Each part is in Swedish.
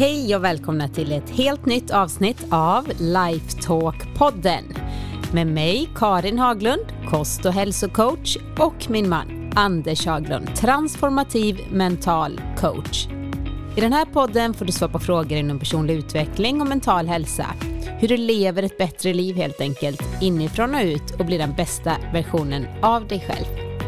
Hej och välkomna till ett helt nytt avsnitt av Lifetalk-podden. Med mig, Karin Haglund, kost- och hälsocoach, och min man, Anders Haglund, transformativ mental coach. I den här podden får du svara på frågor inom personlig utveckling och mental hälsa. Hur du lever ett bättre liv helt enkelt, inifrån och ut, och blir den bästa versionen av dig själv.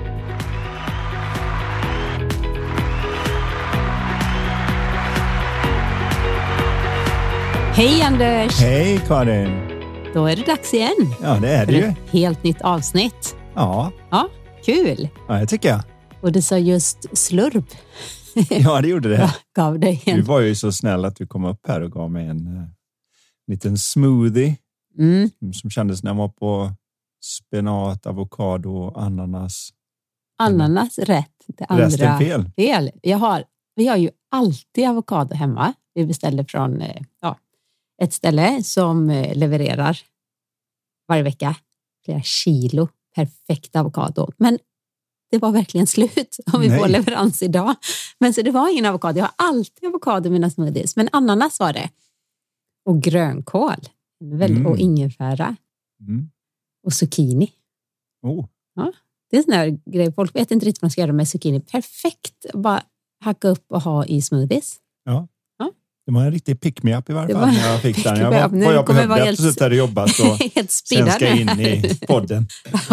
Hej Anders! Hej Karin! Då är det dags igen. Ja, det är det ju. Ett helt nytt avsnitt. Ja. Ja, kul. Ja, det tycker jag. Och det sa just slurp. Ja, det gjorde det. Jag gav dig en. Du var ju så snäll att du kom upp här och gav mig en liten smoothie. Som kändes när jag var på spenat, avokado och ananas. Ananas rätt. Det andra resten fel. Vi har ju alltid avokado hemma. Vi beställde från ett ställe som levererar varje vecka flera kilo perfekt avokado. Men det var verkligen slut om vi får leverans idag. Men så det var ingen avokado. Jag har alltid avokado i mina smoothies. Men ananas var det. Och grönkål. Och ingefära. Och zucchini. Ja, det är sån här grej. Folk vet inte riktigt vad man ska göra med zucchini. Perfekt. Bara hacka upp och ha i smoothies. Ja. Det var en riktig pick-me-up i varje fall när jag fick den. Jag behövde efter att jag jobbat och sen ska in i podden.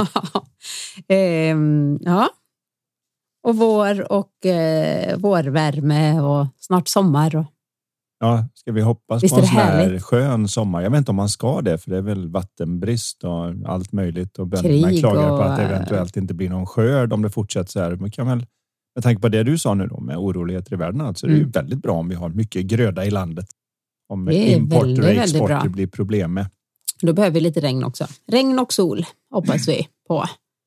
Ja. Och vårvärme och snart sommar. Och... Ja, ska vi hoppas på en sån här skön sommar. Jag vet inte om man ska det, för det är väl vattenbrist och allt möjligt. Och bönderna klagar på att det eventuellt inte blir någon skörd om det fortsätter så här. Man kan väl... Jag tänker på det du sa nu då med oroligheter i världen. Alltså det är ju väldigt bra om vi har mycket gröda i landet. Om importer och exporter blir problem med. Då behöver vi lite regn också. Regn och sol hoppas vi på.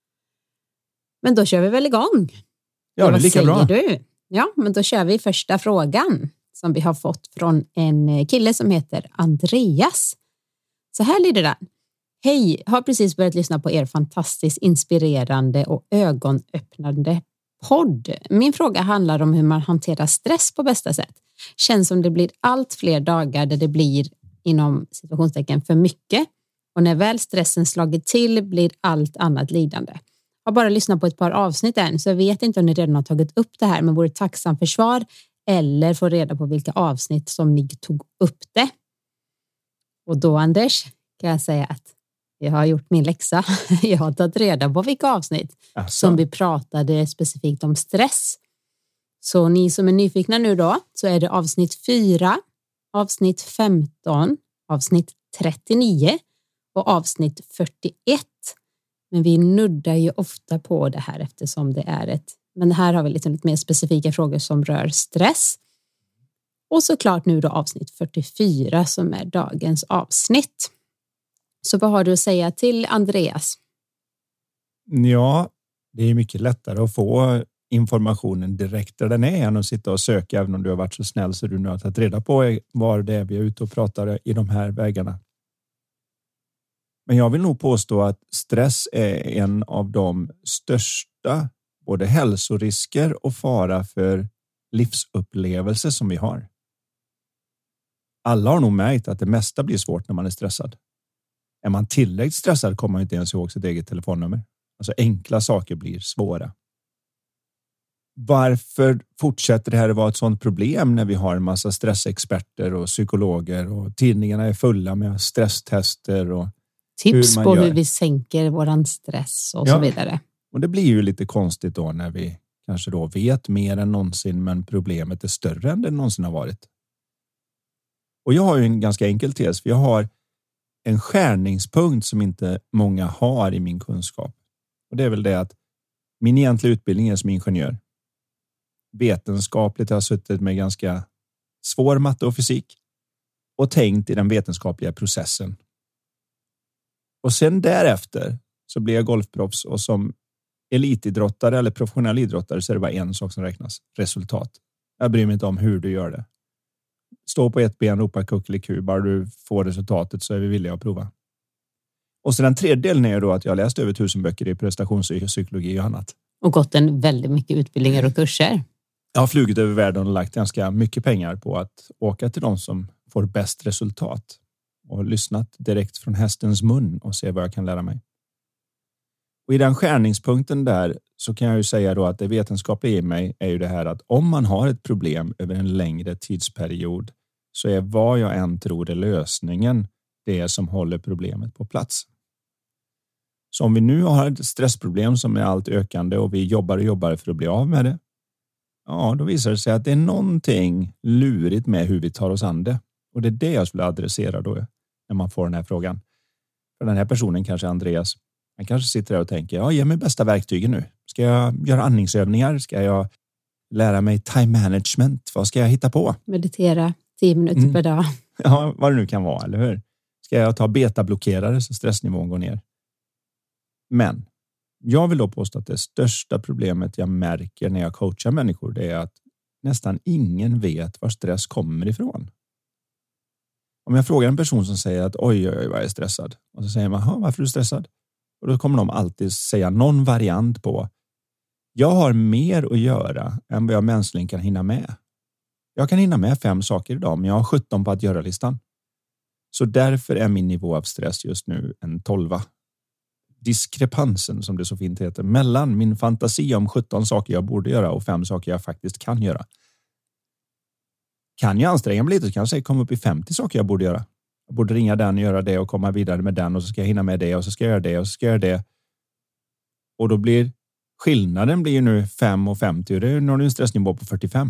Men då kör vi väl igång. Ja, det är lika bra. Du? Ja, men då kör vi första frågan som vi har fått från en kille som heter Andreas. Så här lyder den. Hej, har precis börjat lyssna på er fantastiskt inspirerande och ögonöppnande podd. Min fråga handlar om hur man hanterar stress på bästa sätt. Känns som det blir allt fler dagar där det blir inom situationstecken för mycket. Och när väl stressen slagit till blir allt annat lidande. Jag har bara lyssnat på ett par avsnitt än, så jag vet inte om ni redan har tagit upp det här, men vore tacksam för svar eller få reda på vilka avsnitt som ni tog upp det. Och då, Anders, kan jag säga att jag har gjort min läxa. Jag har tagit reda på vilka avsnitt som vi pratade specifikt om stress. Så ni som är nyfikna nu då, så är det avsnitt 4, avsnitt 15, avsnitt 39 och avsnitt 41. Men vi nuddar ju ofta på det här eftersom det är men här har vi lite mer specifika frågor som rör stress. Och såklart nu då avsnitt 44 som är dagens avsnitt. Så vad har du att säga till Andreas? Ja, det är mycket lättare att få informationen direkt där den är än att sitta och söka, även om du har varit så snäll så du nu har tagit reda på var det är vi är ute och pratar i de här vägarna. Men jag vill nog påstå att stress är en av de största både hälsorisker och fara för livsupplevelser som vi har. Alla har nog märkt att det mesta blir svårt när man är stressad. Är man tillräckligt stressad kommer man inte ens ihåg sitt eget telefonnummer. Alltså enkla saker blir svåra. Varför fortsätter det här att vara ett sådant problem när vi har en massa stressexperter och psykologer och tidningarna är fulla med stresstester och tips på hur vi sänker våran stress och så vidare. Och det blir ju lite konstigt då när vi kanske då vet mer än någonsin, men problemet är större än det någonsin har varit. Och jag har ju en ganska enkel tes, för jag har en skärningspunkt som inte många har i min kunskap. Och det är väl det att min egentliga utbildning är som ingenjör. Vetenskapligt har jag suttit med ganska svår matte och fysik och tänkt i den vetenskapliga processen. Och sen därefter så blir jag golfproffs, och som elitidrottare eller professionell idrottare så är det bara en sak som räknas: resultat. Jag bryr mig inte om hur du gör det. Stå på ett ben, ropa kuckeliku, bara du får resultatet så är vi villiga att prova. Och så den tredje delen är då att jag har läst över 1000 böcker i prestationspsykologi och annat. Och gått en väldigt mycket utbildningar och kurser. Jag har flugit över världen och lagt ganska mycket pengar på att åka till de som får bäst resultat och lyssnat direkt från hästens mun och se vad jag kan lära mig. Och i den skärningspunkten där så kan jag ju säga då att det vetenskapliga i mig är ju det här att om man har ett problem över en längre tidsperiod så är vad jag än tror är lösningen det som håller problemet på plats. Så om vi nu har ett stressproblem som är allt ökande och vi jobbar för att bli av med det, ja, då visar det sig att det är någonting lurigt med hur vi tar oss an det. Och det är det jag skulle adressera då när man får den här frågan. För den här personen, kanske Andreas, han kanske sitter där och tänker, ja, ge mig bästa verktygen nu. Ska jag göra andningsövningar? Ska jag lära mig time management? Vad ska jag hitta på? Meditera 10 minuter per dag. Ja, vad det nu kan vara, eller hur? Ska jag ta betablockerare så stressnivån går ner? Men jag vill då påstå att det största problemet jag märker när jag coachar människor, det är att nästan ingen vet var stress kommer ifrån. Om jag frågar en person som säger att oj, vad jag är stressad. Och så säger man, varför är du stressad? Och då kommer de alltid säga någon variant på, jag har mer att göra än vad jag mänskligen kan hinna med. Jag kan hinna med 5 saker idag, men jag har 17 på att göra-listan. Så därför är min nivå av stress just nu en 12. Diskrepansen, som det så fint heter, mellan min fantasi om 17 saker jag borde göra och 5 saker jag faktiskt kan göra. Kan jag anstränga mig lite så kanske jag komma upp i 50 saker jag borde göra. Jag borde ringa den och göra det och komma vidare med den och så ska jag hinna med det och så ska jag göra det och så ska jag göra det. Och då blir skillnaden blir ju nu 5 och 50 och det är nog en stressnivå på 45.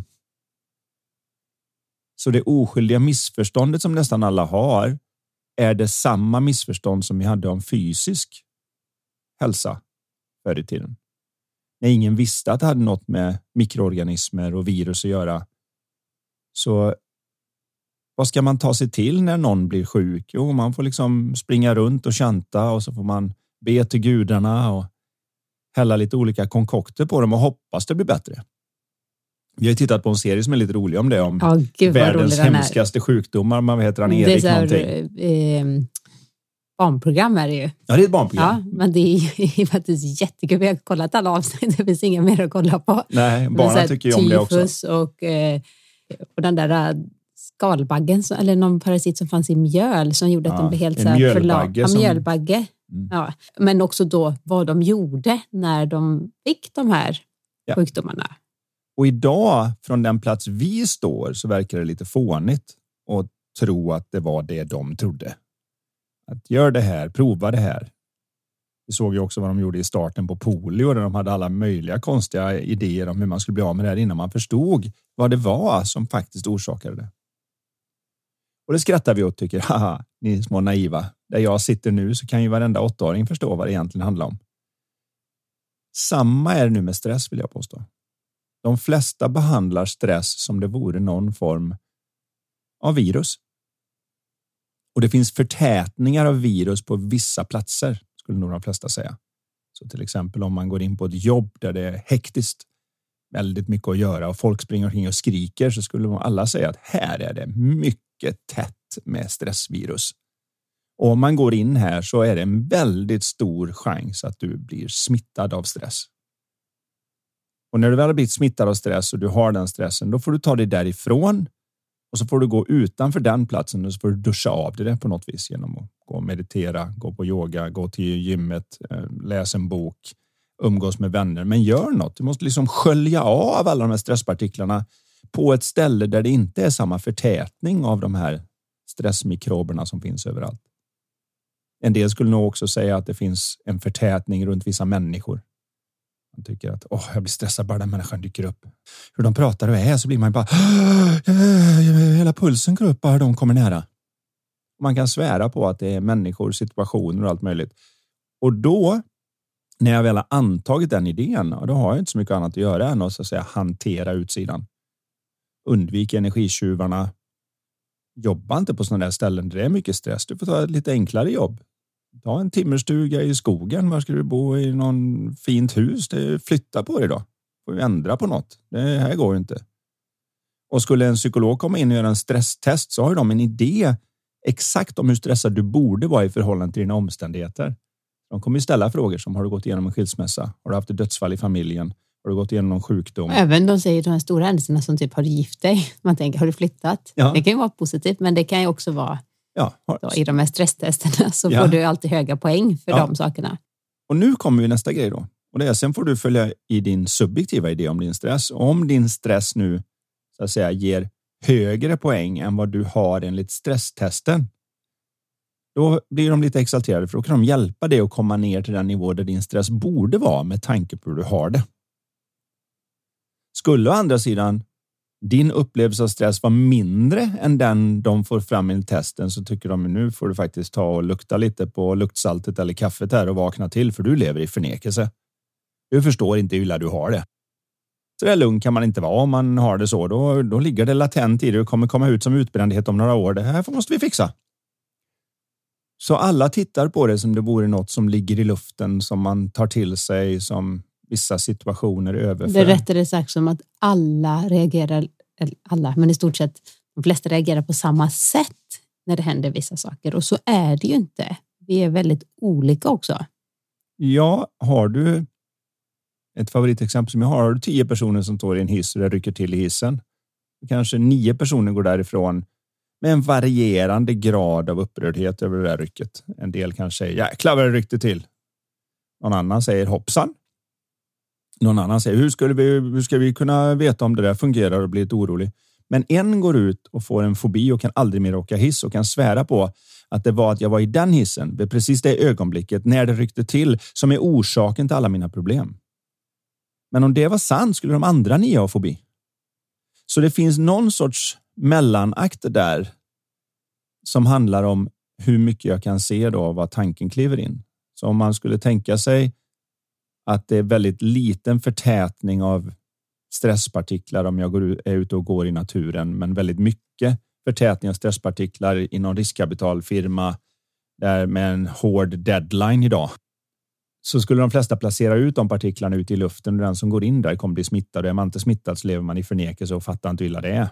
Så det oskyldiga missförståndet som nästan alla har är det samma missförstånd som vi hade om fysisk hälsa förr i tiden. När ingen visste att det hade något med mikroorganismer och virus att göra. Så vad ska man ta sig till när någon blir sjuk? Jo, man får liksom springa runt och chanta och så får man be till gudarna och hälla lite olika konkokter på dem och hoppas det blir bättre. Vi har tittat på en serie som är lite rolig om det, om världens hemskaste sjukdomar. Man heter han Erik någonting. Barnprogram är det ju. Ja, det är ett barnprogram. Ja, men det är faktiskt jättekul. Vi har kollat alla avsnitt. Det finns inga mer att kolla på. Nej, barnen tycker ju om det också. Och den där skalbaggen, eller någon parasit som fanns i mjöl som gjorde att den blev helt så här mjölbagge. Mjölbagge. Ja. Men också då vad de gjorde när de fick de här sjukdomarna. Och idag, från den plats vi står, så verkar det lite fånigt att tro att det var det de trodde. Att gör det här, prova det här. Vi såg ju också vad de gjorde i starten på polio, där de hade alla möjliga konstiga idéer om hur man skulle bli av med det här innan man förstod vad det var som faktiskt orsakade det. Och det skrattar vi åt, tycker, haha, ni är små naiva. Där jag sitter nu så kan ju varenda 8-åring förstå vad det egentligen handlar om. Samma är det nu med stress, vill jag påstå. De flesta behandlar stress som det vore någon form av virus. Och det finns förtätningar av virus på vissa platser, skulle nog de flesta säga. Så till exempel om man går in på ett jobb där det är hektiskt, väldigt mycket att göra och folk springer omkring och skriker, så skulle alla säga att här är det mycket tätt med stressvirus. Och om man går in här så är det en väldigt stor chans att du blir smittad av stress. Och när du väl har blivit smittad av stress och du har den stressen, då får du ta dig därifrån och så får du gå utanför den platsen och så får du duscha av det på något vis genom att gå och meditera, gå på yoga, gå till gymmet, läsa en bok, umgås med vänner. Men gör något. Du måste liksom skölja av alla de här stresspartiklarna på ett ställe där det inte är samma förtätning av de här stressmikroberna som finns överallt. En del skulle nog också säga att det finns en förtätning runt vissa människor. Man tycker att jag blir stressad bara den människan dyker upp. Hur de pratar och är, så blir man bara hela pulsen går upp bara de kommer nära. Man kan svära på att det är människor, situationer och allt möjligt. Och då, när jag väl har antagit den idén, då har jag inte så mycket annat att göra än att, så att säga, hantera utsidan. Undvik energitjuvarna. Jobba inte på sådana där ställen där det är mycket stress. Du får ta ett lite enklare jobb. Ta en timmerstuga i skogen. Var ska du bo? I någon fint hus? Flytta på det då. Får vi ändra på något. Det här går ju inte. Och skulle en psykolog komma in och göra en stresstest, så har de en idé exakt om hur stressad du borde vara i förhållande till dina omständigheter. De kommer ju ställa frågor som: har du gått igenom en skilsmässa? Har du haft ett dödsfall i familjen? Har du gått igenom någon sjukdom? Även de säger de här stora händelserna som typ har du gift dig? Man tänker, har du flyttat? Ja. Det kan ju vara positivt, men det kan ju också vara i de här stresstesterna så får du alltid höga poäng för de sakerna. Och nu kommer ju nästa grej då. Och det är, sen får du följa i din subjektiva idé om din stress. Och om din stress nu så att säga ger högre poäng än vad du har enligt stresstesten, då blir de lite exalterade, för då kan de hjälpa dig att komma ner till den nivå där din stress borde vara med tanke på hur du har det. Skulle å andra sidan din upplevelse av stress vara mindre än den de får fram i testen, så tycker de nu får du faktiskt ta och lukta lite på luktsaltet eller kaffet här och vakna till, för du lever i förnekelse. Du förstår inte hur illa du har det. Så där lugn kan man inte vara om man har det så. Då ligger det latent i det och kommer komma ut som utbrändhet om några år. Det här måste vi fixa. Så alla tittar på det som det vore något som ligger i luften, som man tar till sig, som vissa situationer överför. Det är rättare sagt som att alla reagerar, men i stort sett de flesta reagerar på samma sätt när det händer vissa saker. Och så är det ju inte. Vi är väldigt olika också. Ja, har du ett favoritexempel som jag har du 10 personer som står i en hiss och det rycker till i hissen. Kanske 9 personer går därifrån med en varierande grad av upprördhet över det där rycket. En del kanske säger, jäklar vad det ryckte till. Någon annan säger, hoppsan. Någon annan säger, hur ska vi kunna veta om det där fungerar, och blir lite orolig. Men en går ut och får en fobi och kan aldrig mer åka hiss och kan svära på att det var att jag var i den hissen vid precis det ögonblicket när det ryckte till som är orsaken till alla mina problem. Men om det var sant skulle de andra 9 ha fobi. Så det finns någon sorts mellanakt där som handlar om hur mycket jag kan se då vad tanken kliver in. Så om man skulle tänka sig att det är väldigt liten förtätning av stresspartiklar om jag är ute och går i naturen, men väldigt mycket förtätning av stresspartiklar i någon riskkapitalfirma där med en hård deadline idag, så skulle de flesta placera ut de partiklarna ut i luften, och den som går in där kommer bli smittad, och är man inte smittad så lever man i förnekelse och fattar inte hur illa det är.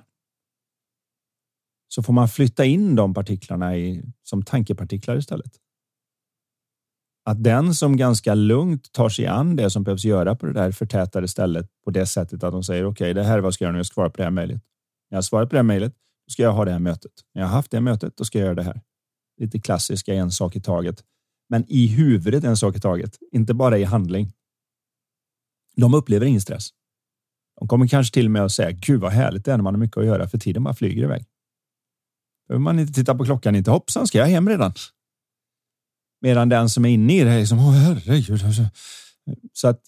Så får man flytta in de partiklarna som tankepartiklar istället. Att den som ganska lugnt tar sig an det som behövs göra på det där förtätade stället på det sättet att de säger, okej, det här är vad jag ska göra nu, jag ska svara på det här mejlet. När jag svarar på det här mejlet, då ska jag ha det här mötet. När jag har haft det mötet, då ska jag göra det här. Lite klassiska, en sak i taget. Men i huvudet en sak i taget, inte bara i handling. De upplever ingen stress. De kommer kanske till med att säga, gud vad härligt det är när man har mycket att göra, för tiden bara flyger iväg. Behöver man inte titta på klockan, inte hoppsan, ska jag hem redan? Medan den som är inne i det är liksom, herregud. Så att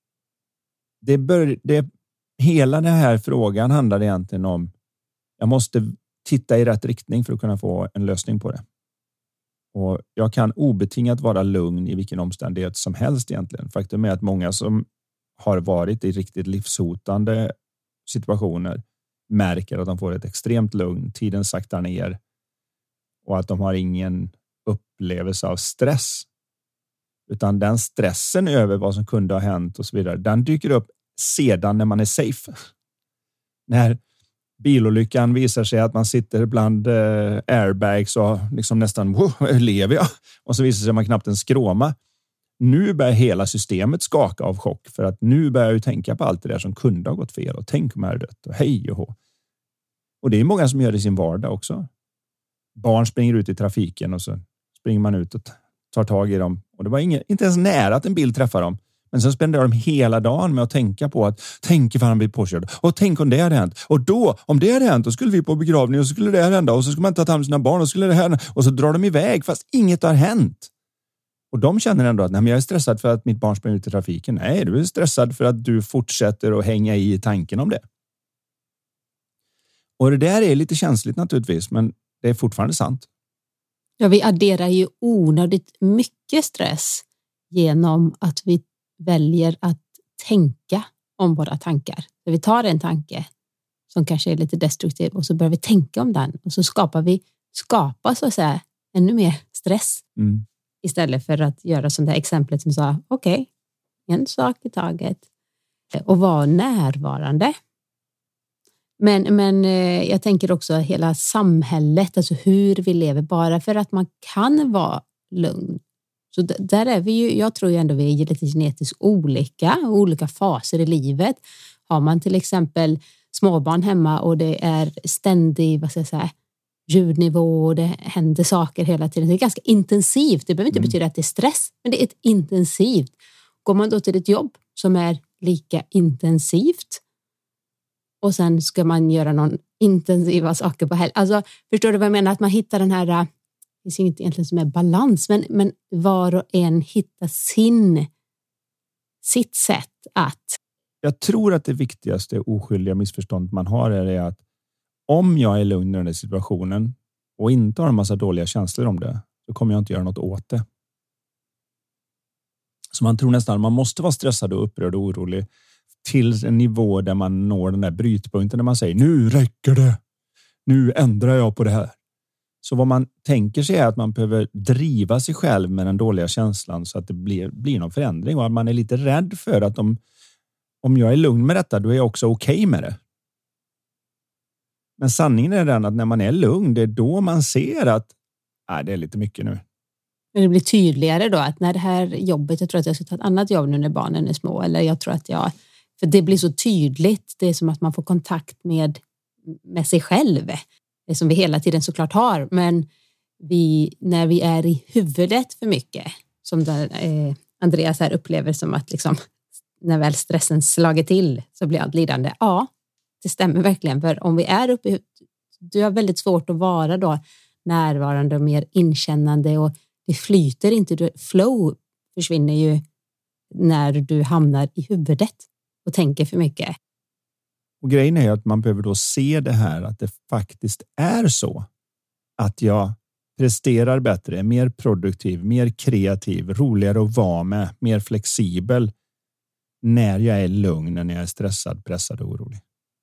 hela den här frågan handlar egentligen om, jag måste titta i rätt riktning för att kunna få en lösning på det. Och jag kan obetingat vara lugn i vilken omständighet som helst egentligen. Faktum är att många som har varit i riktigt livshotande situationer märker att de får ett extremt lugn, tiden saktar ner och att de har ingen upplevelse av stress. Utan den stressen över vad som kunde ha hänt och så vidare, den dyker upp sedan när man är safe. När bilolyckan visar sig att man sitter bland airbags och liksom nästan, lever jag? Och så visar sig att man knappt en skråma. Nu börjar hela systemet skaka av chock, för att nu börjar jag tänka på allt det där som kunde ha gått fel, och tänk om jag hade dött och hej och hå. Och det är många som gör det i sin vardag också. Barn springer ut i trafiken och så springer man ut och tar tag i dem. Och det var inte ens nära att en bil träffar dem. Men sen spenderar de hela dagen med att tänka på att tänk ifall han blir påkörd. Och tänk om det hade hänt. Och då, om det hade hänt, då skulle vi på begravning och så skulle det här hända. Och så skulle man ta hand om sina barn och skulle det här hända. Och så drar de iväg fast inget har hänt. Och de känner ändå att nej, men jag är stressad för att mitt barn springer ut i trafiken. Nej, du är stressad för att du fortsätter att hänga i tanken om det. Och det där är lite känsligt naturligtvis, men det är fortfarande sant. Ja, vi adderar ju onödigt mycket stress genom att vi väljer att tänka om våra tankar. Så vi tar en tanke som kanske är lite destruktiv och så börjar vi tänka om den och så skapar så att säga ännu mer stress. Istället för att göra som det här exemplet som sa, okej, en sak i taget och vara närvarande. Men jag tänker också hela samhället, alltså hur vi lever. Bara för att man kan vara lugn Så där är vi ju, jag tror ju ändå vi är lite genetiskt olika faser i livet. Har man till exempel småbarn hemma och det är ständig, ljudnivå och det händer saker hela tiden. Det är ganska intensivt. Det behöver inte betyda att det är stress, men det är ett intensivt. Går man då till ett jobb som är lika intensivt och sen ska man göra någon intensiva saker på helg. Alltså, förstår du vad jag menar? Att man hittar den här, det finns inget egentligen som är balans, men var och en hittar sitt sätt att... Jag tror att det viktigaste oskyldiga missförståndet man har är att om jag är lugn i den här situationen och inte har en massa dåliga känslor om det, så kommer jag inte göra något åt det. Så man tror nästan att man måste vara stressad och upprörd och orolig till en nivå där man når den där brytpunkten där man säger nu räcker det. Nu ändrar jag på det här. Så vad man tänker sig är att man behöver driva sig själv med den dåliga känslan så att det blir någon förändring och att man är lite rädd för att om jag är lugn med detta, då är jag också okej med det. Men sanningen är den att när man är lugn, det är då man ser att det är lite mycket nu. Men det blir tydligare då att när det här jobbet, jag tror att jag ska ta ett annat jobb nu när barnen är små, eller jag tror att för det blir så tydligt, det är som att man får kontakt med sig själv. Det som vi hela tiden såklart har, men när vi är i huvudet för mycket, som Andreas här upplever som att liksom, när väl stressen slagit till så blir allt lidande. Ja, det stämmer verkligen, för om vi är uppe i huvudet, du har väldigt svårt att vara då närvarande och mer inkännande och det flyter inte, flow försvinner ju när du hamnar i huvudet och tänker för mycket. Och grejen är att man behöver då se det här att det faktiskt är så att jag presterar bättre, är mer produktiv, mer kreativ, roligare att vara med, mer flexibel när jag är lugn, när jag är stressad, pressad och orolig.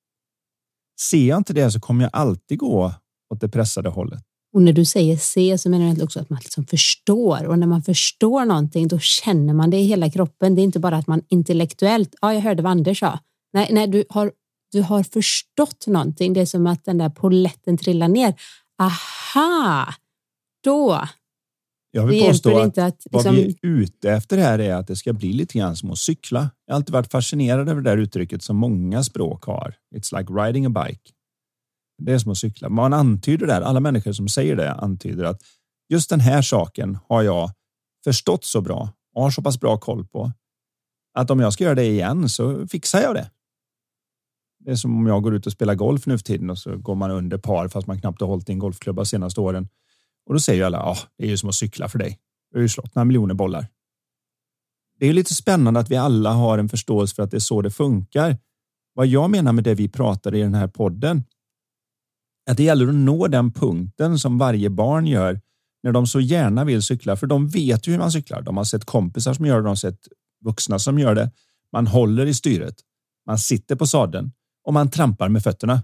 Ser jag inte det så kommer jag alltid gå åt det pressade hållet. Och när du säger se så menar jag också att man liksom förstår. Och när man förstår någonting då känner man det i hela kroppen. Det är inte bara att man intellektuellt, jag hörde vad Anders sa. Nej, du har förstått någonting. Det är som att den där poletten trillar ner. Aha, då. Jag vill påstå att vad vi är ute efter här är att det ska bli lite grann som att cykla. Jag har alltid varit fascinerad över det där uttrycket som många språk har. It's like riding a bike. Det är som att cykla. Man antyder där, alla människor som säger det antyder att just den här saken har jag förstått så bra och har så pass bra koll på att om jag ska göra det igen så fixar jag det. Det är som om jag går ut och spelar golf nu för tiden och så går man under par fast man knappt har hållit i en golfklubba senaste åren. Och då säger ju alla, det är ju som att cykla för dig. Du har ju slått några miljoner bollar. Det är lite spännande att vi alla har en förståelse för att det är så det funkar. Vad jag menar med det vi pratar i den här podden, att det gäller att nå den punkten som varje barn gör när de så gärna vill cykla. För de vet ju hur man cyklar. De har sett kompisar som gör det, de har sett vuxna som gör det. Man håller i styret. Man sitter på sadeln och man trampar med fötterna.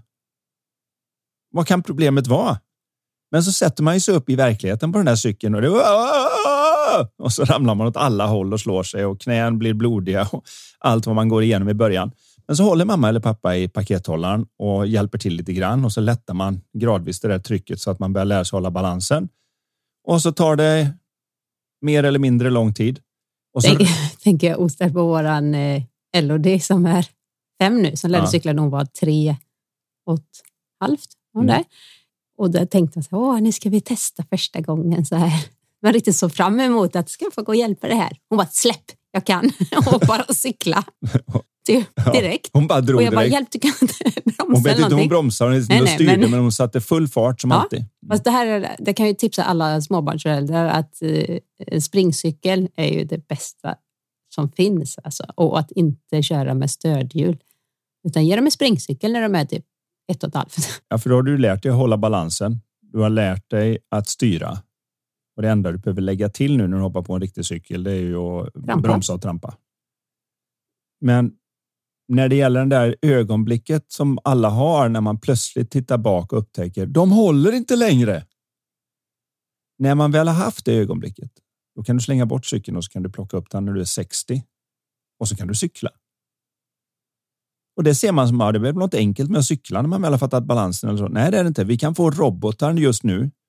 Vad kan problemet vara? Men så sätter man ju sig upp i verkligheten på den där cykeln och så ramlar man åt alla håll och slår sig och knän blir blodiga och allt vad man går igenom i början. Men så håller mamma eller pappa i pakethållaren och hjälper till lite grann och så lättar man gradvis det där trycket så att man börjar lära sig hålla balansen. Och så tar det mer eller mindre lång tid. Och så... Tänker jag ostört på våran LOD som är 5 nu, som lärde cykla när hon var 3,5. Och då tänkte jag så här, nu ska vi testa första gången så här. Man riktigt så fram emot att ska jag få gå och hjälpa det här. Hon bara, släpp, jag kan. Och bara cykla. Direkt. Hon bara drog och jag bara, direkt. hjälp, du kan inte bromsa. Hon vet inte, hon bromsar, hon styrde, men hon satte full fart som alltid. Fast det kan ju tipsa alla småbarnsföräldrar att springcykel är ju det bästa som finns. Alltså. Och att inte köra med stödhjul. Utan ge dem en springcykel när de är typ 1,5. Ja, för då har du lärt dig att hålla balansen. Du har lärt dig att styra. Och det enda du behöver lägga till nu när du hoppar på en riktig cykel, det är ju att bromsa och trampa. Men när det gäller den där ögonblicket som alla har när man plötsligt tittar bak och upptäcker, de håller inte längre. När man väl har haft det ögonblicket, då kan du slänga bort cykeln och så kan du plocka upp den när du är 60. Och så kan du cykla. Och det ser man som att det är något enkelt med att cykla när man väl har fattat balansen eller så. Nej, det är det inte. Vi kan få robotar just nu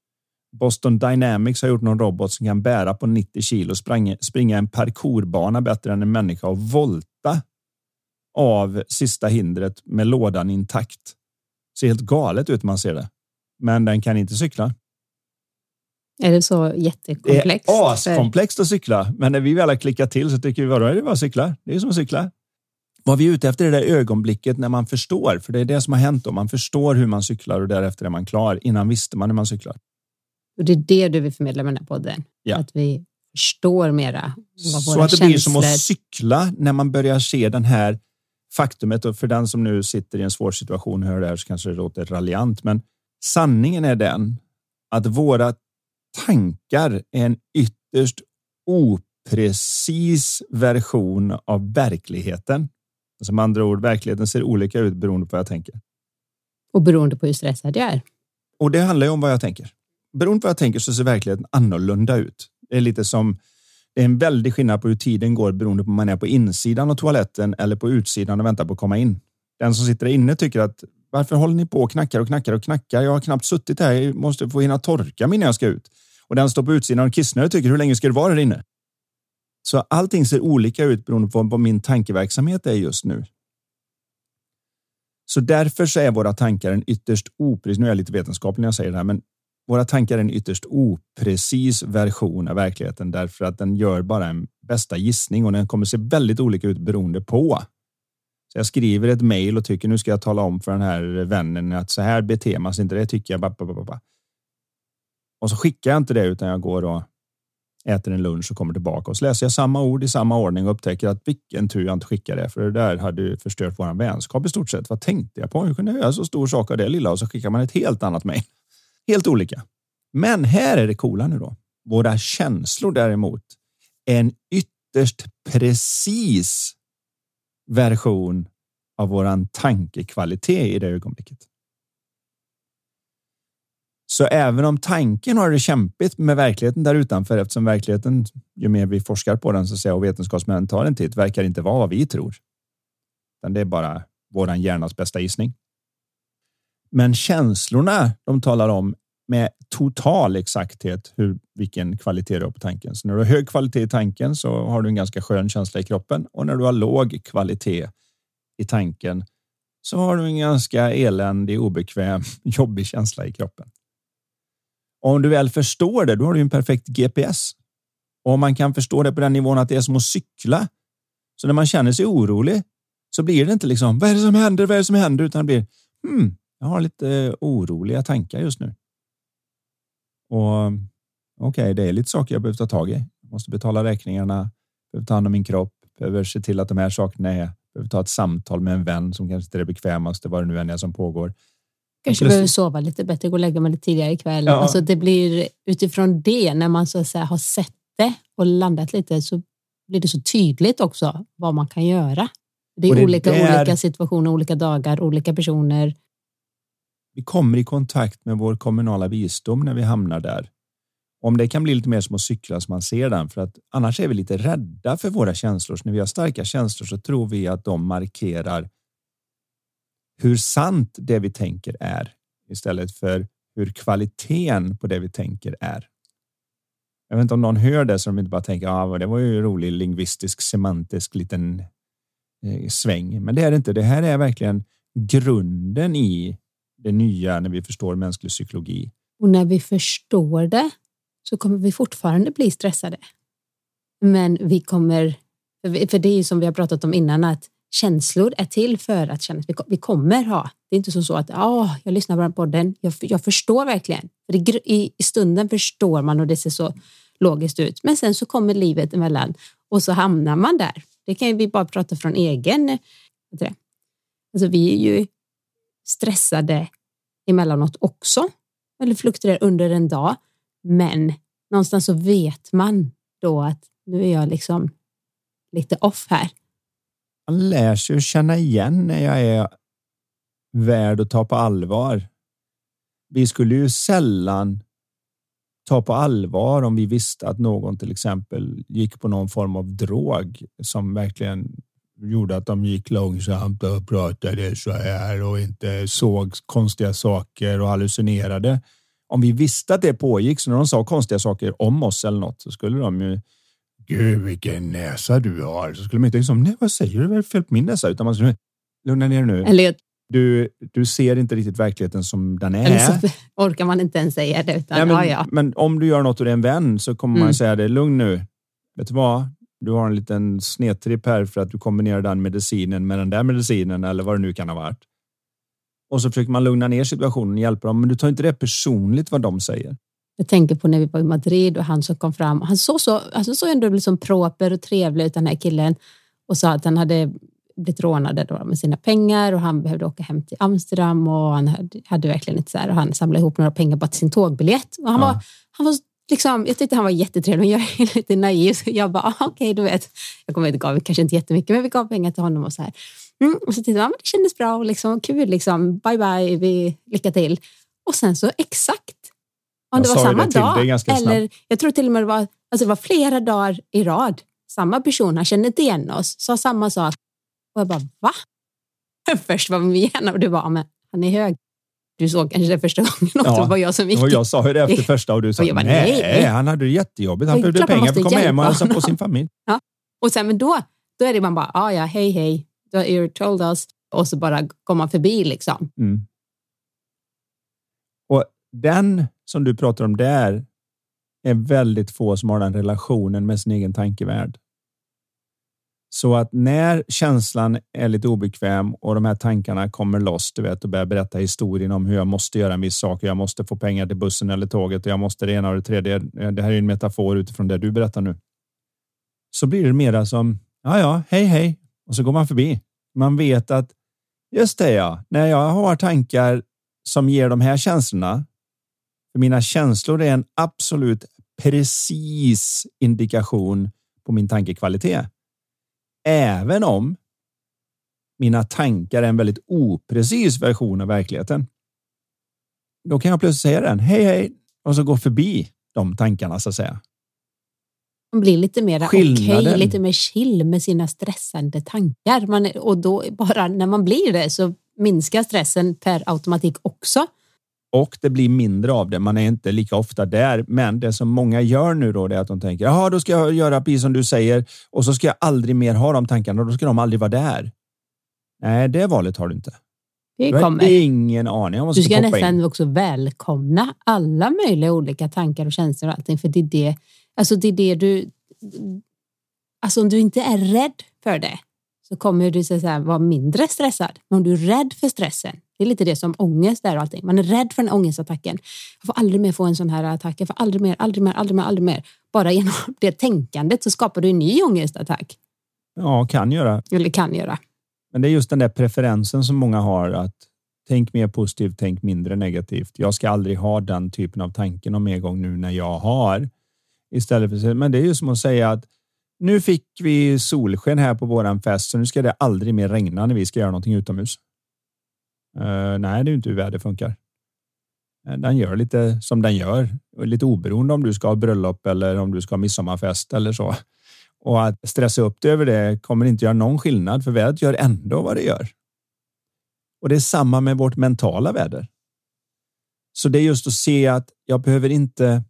Boston Dynamics har gjort någon robot som kan bära på 90 kilo, springa en parkourbana bättre än en människa och volta av sista hindret med lådan intakt. Ser helt galet ut man ser det. Men den kan inte cykla. Är det så jättekomplext? Det är askomplext att cykla. Men när vi väl har klickat till så tycker vi, vadå är det bara cykla? Det är som att cykla. Vad vi är ute efter är det där ögonblicket när man förstår. För det är det som har hänt då. Man förstår hur man cyklar och därefter är man klar. Innan visste man hur man cyklar. Och det är det du vill förmedla med den här podden. Ja. Att vi förstår mera vad så våra att det känslor... blir som att cykla när man börjar se den här faktumet. Och för den som nu sitter i en svår situation och hör det här så kanske det låter raljant. Men sanningen är den att våra tankar är en ytterst oprecis version av verkligheten. Alltså med andra ord, verkligheten ser olika ut beroende på vad jag tänker. Och beroende på hur stressad jag är. Och det handlar ju om vad jag tänker. Beroende på vad jag tänker så ser verkligheten annorlunda ut. Det är lite som, det är en väldig skillnad på hur tiden går beroende på om man är på insidan av toaletten eller på utsidan och väntar på att komma in. Den som sitter inne tycker att varför håller ni på och knackar och knackar och knackar? Jag har knappt suttit här, jag måste få hinna torka mig innan jag ska ut. Och den står på utsidan och kissnar och tycker hur länge ska det vara där inne? Så allting ser olika ut beroende på vad min tankeverksamhet är just nu. Så därför så är våra tankar en ytterst oprecis, nu är jag lite vetenskaplig när jag säger det här, men våra tankar är en ytterst oprecis version av verkligheten därför att den gör bara en bästa gissning och den kommer se väldigt olika ut beroende på. Så jag skriver ett mejl och tycker nu ska jag tala om för den här vännen att så här beter man sig inte, det tycker jag. Och så skickar jag inte det utan jag går och äter en lunch och kommer tillbaka och så läser jag samma ord i samma ordning och upptäcker att vilken tur jag inte skickar det för det där hade ju förstört våran vänskap i stort sett. Vad tänkte jag på? Hur kunde jag göra så stor sak av det lilla och så skickar man ett helt annat mejl. Helt olika. Men här är det coola nu då. Våra känslor däremot är en ytterst precis version av våran tankekvalitet i det ögonblicket. Så även om tanken har det kämpigt med verkligheten där utanför eftersom verkligheten, ju mer vi forskar på den så säger och vetenskapsmän tar en titt, verkar inte vara vad vi tror. Utan det är bara våran hjärnas bästa gissning. Men känslorna, de talar om med total exakthet vilken kvalitet du har på tanken. Så när du har hög kvalitet i tanken så har du en ganska skön känsla i kroppen. Och när du har låg kvalitet i tanken så har du en ganska eländig, obekväm, jobbig känsla i kroppen. Och om du väl förstår det, då har du en perfekt GPS. Och om man kan förstå det på den nivån att det är som att cykla. Så när man känner sig orolig så blir det inte liksom, vad är det som händer? Utan det blir, jag har lite oroliga tankar just nu. Och okej, det är lite saker jag behöver ta tag i. Jag måste betala räkningarna, behöver ta hand om min kropp, behöver se till att de här sakerna är, behöver ta ett samtal med en vän som kanske inte är det bekvämaste, vad det nu än är som pågår. Kanske behöver sova lite bättre, gå och lägga mig lite tidigare ikväll. Ja. Alltså det blir utifrån det, när man så att säga har sett det och landat lite så blir det så tydligt också vad man kan göra. Det är olika situationer, olika dagar, olika personer. Vi kommer i kontakt med vår kommunala visdom när vi hamnar där. Om det kan bli lite mer som att cykla så man ser den. För att annars är vi lite rädda för våra känslor. Så när vi har starka känslor så tror vi att de markerar hur sant det vi tänker är. Istället för hur kvaliteten på det vi tänker är. Jag vet inte om någon hör det så de inte bara tänker det var ju en rolig lingvistisk, semantisk liten sväng. Men det är det inte. Det här är verkligen grunden i det nya när vi förstår mänsklig psykologi. Och när vi förstår det så kommer vi fortfarande bli stressade. Men vi kommer, för det är ju som vi har pratat om innan, att känslor är till för att känna att vi kommer ha. Det är inte så att jag lyssnar på den podden. Jag förstår verkligen. För i stunden förstår man och det ser så logiskt ut. Men sen så kommer livet emellan och så hamnar man där. Det kan ju vi bara prata från egen. Alltså vi är ju stressade emellanåt också. Eller fluktuerar under en dag. Men någonstans så vet man då att nu är jag liksom lite off här. Man lär sig att känna igen när jag är värd att ta på allvar. Vi skulle ju sällan ta på allvar om vi visste att någon till exempel gick på någon form av drog som verkligen gjorde att de gick långsamt och pratade så här och inte såg konstiga saker och hallucinerade. Om vi visste att det pågick, så när de sa konstiga saker om oss eller något, så skulle de ju, gud vilken näsa du har. Så skulle de inte liksom, nej vad säger du, väl fel på min näsa? Utan man skulle, lugna ner nu. Eller du ser inte riktigt verkligheten som den är. Eller så orkar man inte ens säga det. Utan, men om du gör något och det är en vän, så kommer man säga det, lugn nu. Vet du vad? Du har en liten snedtripp här för att du kombinerar den medicinen med den där medicinen eller vad det nu kan ha varit. Och så försöker man lugna ner situationen och hjälpa dem. Men du tar inte det personligt vad de säger. Jag tänker på när vi var i Madrid och han som kom fram. Han såg ändå liksom proper och trevlig ut, den här killen. Och sa att han hade blivit rånade då med sina pengar. Och han behövde åka hem till Amsterdam. Och han hade verkligen inte så här. Och han samlade ihop några pengar bara till sin tågbiljett. Och han var liksom, jag tyckte han var jättetrevlig. Men jag är lite naiv. Så jag bara, okej, du vet. Jag kommer inte gav kanske inte jättemycket. Men vi gav pengar till honom och så här. Och så tyckte jag, det kändes bra och liksom, kul liksom. Bye bye, lycka till. Och sen så exakt. Om det var samma dag. Eller jag tror till och med det var flera dagar i rad. Samma person, han kände inte igen oss. Sa samma sak. Och jag bara, va? Först var vi igen och du bara, men han är hög. Du såg kanske det första gången också. Ja, det var jag som gick. Och jag sa ju det efter första och du sa, bara, nej, han hade det jättejobbigt. Han behövde pengar för att komma hem och hälsa på sin familj. Ja. Och sen, men då är det man bara, ja, hej. You told us. Och så bara komma förbi liksom. Mm. Och den som du pratar om där är väldigt få som har den relationen med sin egen tankevärld. Så att när känslan är lite obekväm och de här tankarna kommer loss, du vet, och börjar berätta historien om hur jag måste göra en viss sak, jag måste få pengar till bussen eller tåget och jag måste det ena och det tredje. Det här är en metafor utifrån det du berättar nu. Så blir det mera som, ja, hej. Och så går man förbi. Man vet att, just det ja, när jag har tankar som ger de här känslorna, för mina känslor är en absolut precis indikation på min tankekvalitet. Även om mina tankar är en väldigt oprecis version av verkligheten. Då kan jag plötsligt säga den, hej, och så gå förbi de tankarna så att säga. Man blir lite mer okej, lite mer chill med sina stressande tankar. Och då bara när man blir det så minskar stressen per automatik också. Och det blir mindre av det. Man är inte lika ofta där. Men det som många gör nu då är att de tänker, jaha, då ska jag göra precis som du säger. Och så ska jag aldrig mer ha de tankarna. Och då ska de aldrig vara där. Nej, det valet har du inte. Det du har ingen aning om vad du ska nästan också välkomna alla möjliga olika tankar och känslor och allting. För det är det du... Alltså om du inte är rädd för det så kommer du så här, vara mindre stressad. Men om du är rädd för stressen, det är lite det som ångest är och allting. Man är rädd för den ångestattacken. Jag får aldrig mer få en sån här attack. Jag får aldrig mer. Bara genom det tänkandet så skapar du en ny ångestattack. Ja, kan göra. Eller kan göra. Men det är just den där preferensen som många har att tänk mer positivt, tänk mindre negativt. Jag ska aldrig ha den typen av tanken om en gång nu när jag har. Istället för, men det är ju som att säga att nu fick vi solsken här på våran fest så nu ska det aldrig mer regna när vi ska göra någonting utomhus. Nej, det är ju inte hur väder funkar. Den gör lite som den gör. Lite oberoende om du ska ha bröllop eller om du ska ha midsommarfest eller så. Och att stressa upp det över det kommer inte göra någon skillnad för vädret gör ändå vad det gör. Och det är samma med vårt mentala väder. Så det är just att se att jag behöver inte...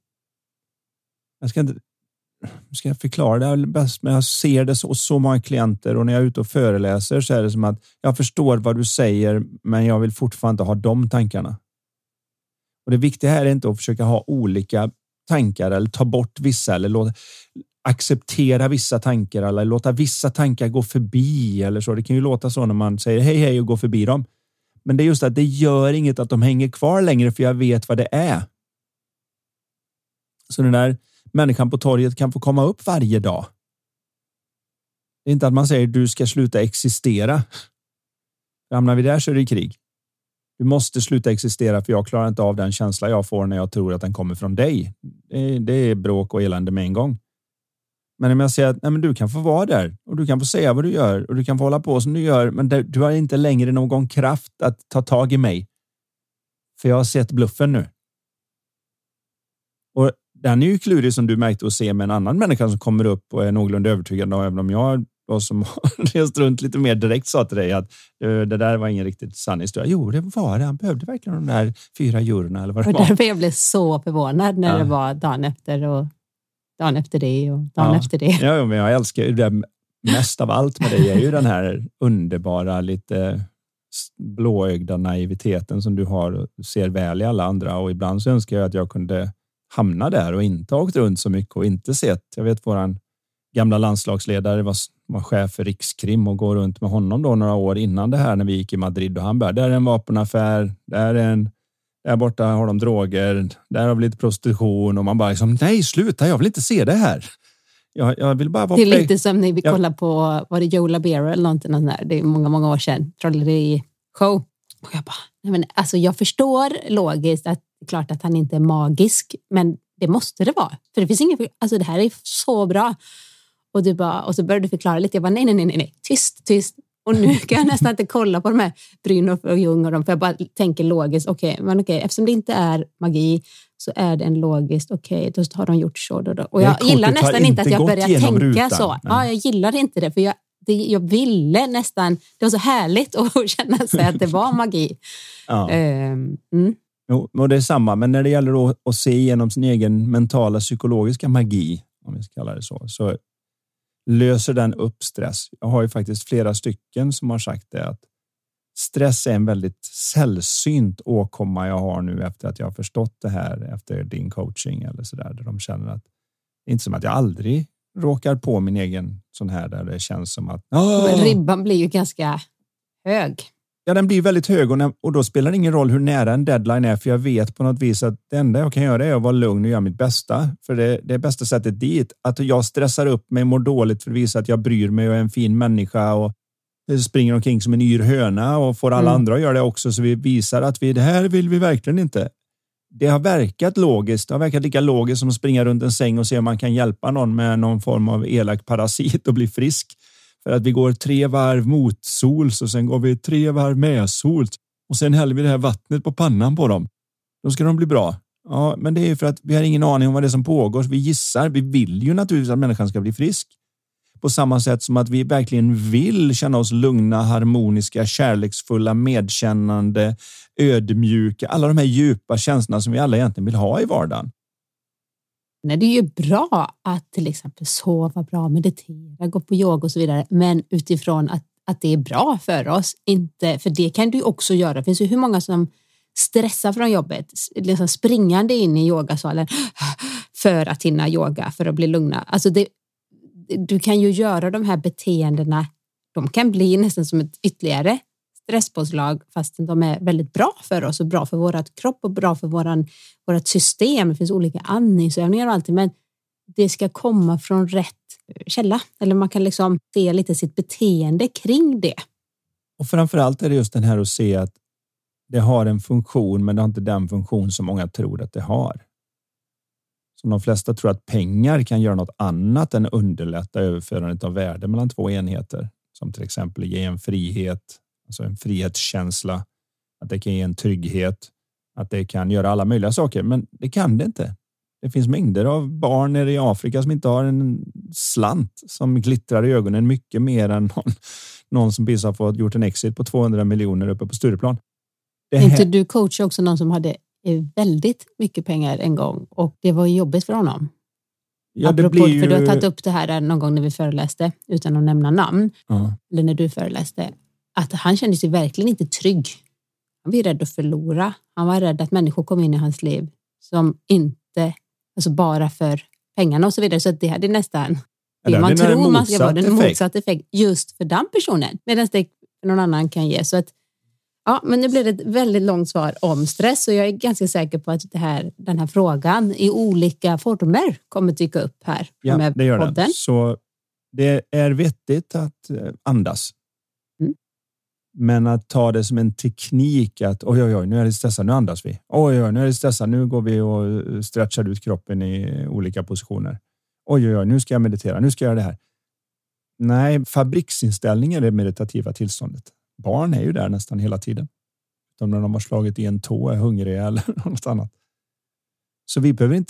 Ska jag förklara det bäst, men jag ser det så många klienter och när jag är ute och föreläser så är det som att jag förstår vad du säger men jag vill fortfarande ha de tankarna. Och det viktiga här är inte att försöka ha olika tankar eller ta bort vissa eller acceptera vissa tankar eller låta vissa tankar gå förbi eller så. Det kan ju låta så när man säger hej och gå förbi dem. Men det är just att det gör inget att de hänger kvar längre för jag vet vad det är. Så den där människan på torget kan få komma upp varje dag. Det är inte att man säger du ska sluta existera. Ramlar vi där så är det krig. Du måste sluta existera för jag klarar inte av den känsla jag får när jag tror att den kommer från dig. Det är bråk och elände med en gång. Men om jag säger att nej, men du kan få vara där och du kan få säga vad du gör och du kan få hålla på som du gör men du har inte längre någon kraft att ta tag i mig. För jag har sett bluffen nu. Och den är ju klurig som du märkte att se med en annan människa som kommer upp och är någorlunda övertygad även om jag vad som har rest runt lite mer direkt sa till dig att det där var ingen riktigt sann historia. Jo, det var det. Han behövde verkligen de där 4 eurona eller vad det var. Och därför jag blev så förvånad när det var dagen efter och dagen efter det och dagen efter det. Ja, men jag älskar ju det mest av allt med dig är ju den här underbara, lite blåögda naiviteten som du har och ser väl i alla andra. Och ibland så önskar jag att jag kunde hamna där och inte ha åkt runt så mycket och inte sett. Jag vet våran gamla landslagsledare var chef för Rikskrim och går runt med honom då några år innan det här när vi gick i Madrid och han bara, där är en vapenaffär, där borta har de droger, där har vi lite prostitution och man bara liksom, nej sluta, jag vill inte se det här. Jag vill bara vara det är lite som när vi kollar på, var det Joe Labero eller någonting sånt där, det är många år sedan, trolleri-show. Och jag bara, nej men alltså jag förstår logiskt att det är klart att han inte är magisk, men det måste det vara. För det finns ingen, alltså det här är så bra. Och du bara, och så började du förklara lite, jag bara nej, tyst. Och nu kan jag nästan inte kolla på de här Brynolf och Jung och dem, för jag bara tänker logiskt, okej, eftersom det inte är magi så är det en logiskt, då har de gjort så då. Och jag gillar nästan inte att jag börjar tänka rutan. Så. Nej. Ja, jag gillar inte det, för jag ville nästan, det var så härligt att känna sig att det var magi. Ja. Jo, och det är samma, men när det gäller att se igenom sin egen mentala psykologiska magi, om vi ska kalla det så löser den upp stress. Jag har ju faktiskt flera stycken som har sagt det, att stress är en väldigt sällsynt åkomma jag har nu efter att jag har förstått det här efter din coaching eller sådär, där de känner att det är inte som att jag aldrig råkar på min egen sån här där det känns som att men ribban blir ju ganska hög. Ja, den blir väldigt hög och då spelar det ingen roll hur nära en deadline är, för jag vet på något vis att det enda jag kan göra är att vara lugn och göra mitt bästa. För det är bästa sättet dit. Att jag stressar upp mig, mår dåligt för att visa att jag bryr mig och är en fin människa och springer omkring som en yr höna och får alla andra att göra det också, så vi visar att det här vill vi verkligen inte. Det har verkat logiskt. Det har verkat lika logiskt som att springa runt en säng och se om man kan hjälpa någon med någon form av elak parasit och bli frisk. För att vi går 3 varv mot sols och sen går vi 3 varv med sols och sen häller vi det här vattnet på pannan på dem. Då ska de bli bra. Ja, men det är för att vi har ingen aning om vad det är som pågår. Så vi gissar. Vi vill ju naturligtvis att människan ska bli frisk. På samma sätt som att vi verkligen vill känna oss lugna, harmoniska, kärleksfulla, medkännande, ödmjuka. Alla de här djupa känslorna som vi alla egentligen vill ha i vardagen. Nej, det är ju bra att till exempel sova bra, meditera, gå på yoga och så vidare. Men utifrån att det är bra för oss. Inte, för det kan du också göra. Det finns ju hur många som stressar från jobbet. Liksom springande in i yogasalen för att hinna yoga, för att bli lugna. Alltså du kan ju göra de här beteendena. De kan bli nästan som ett ytterligare stresspåslag, fast de är väldigt bra för oss och bra för vårat kropp och bra för vårat system. Det finns olika andningsövningar och allt, men det ska komma från rätt källa. Eller man kan liksom se lite sitt beteende kring det. Och framförallt är det just den här att se att det har en funktion, men det har inte den funktion som många tror att det har. Som de flesta tror att pengar kan göra något annat än underlätta överförandet av värde mellan 2 enheter. Som till exempel ge en frihet, alltså en frihetskänsla, att det kan ge en trygghet, att det kan göra alla möjliga saker, men det kan det inte. Det finns mängder av barn nere i Afrika som inte har en slant som glittrar i ögonen mycket mer än någon som precis har fått gjort en exit på 200 miljoner uppe på Stureplan. Inte du coachar också någon som hade väldigt mycket pengar en gång och det var jobbigt för honom? Ja, apropå, det blir ju... För du har tagit upp det här någon gång när vi föreläste utan att nämna namn. Eller när du föreläste. Att han kände sig verkligen inte trygg. Han var rädd att förlora. Han var rädd att människor kom in i hans liv som inte, alltså bara för pengarna och så vidare. Så att det hade nästan det man tror man ska vara, den motsatta effekt just för den personen. Medan det någon annan kan ge. Så att, ja, men nu blir det ett väldigt långt svar om stress och jag är ganska säker på att den här frågan i olika former kommer dyka upp här. Ja, med det gör podden. Den. Så det är vettigt att andas. Men att ta det som en teknik att oj, nu är det stressat, nu andas vi. Oj, nu är det stressat, nu går vi och stretchar ut kroppen i olika positioner. Oj, nu ska jag meditera, nu ska jag göra det här. Nej, fabriksinställning är det meditativa tillståndet. Barn är ju där nästan hela tiden. Utom när de har slagit i en tå, är hungriga eller något annat. Så vi behöver inte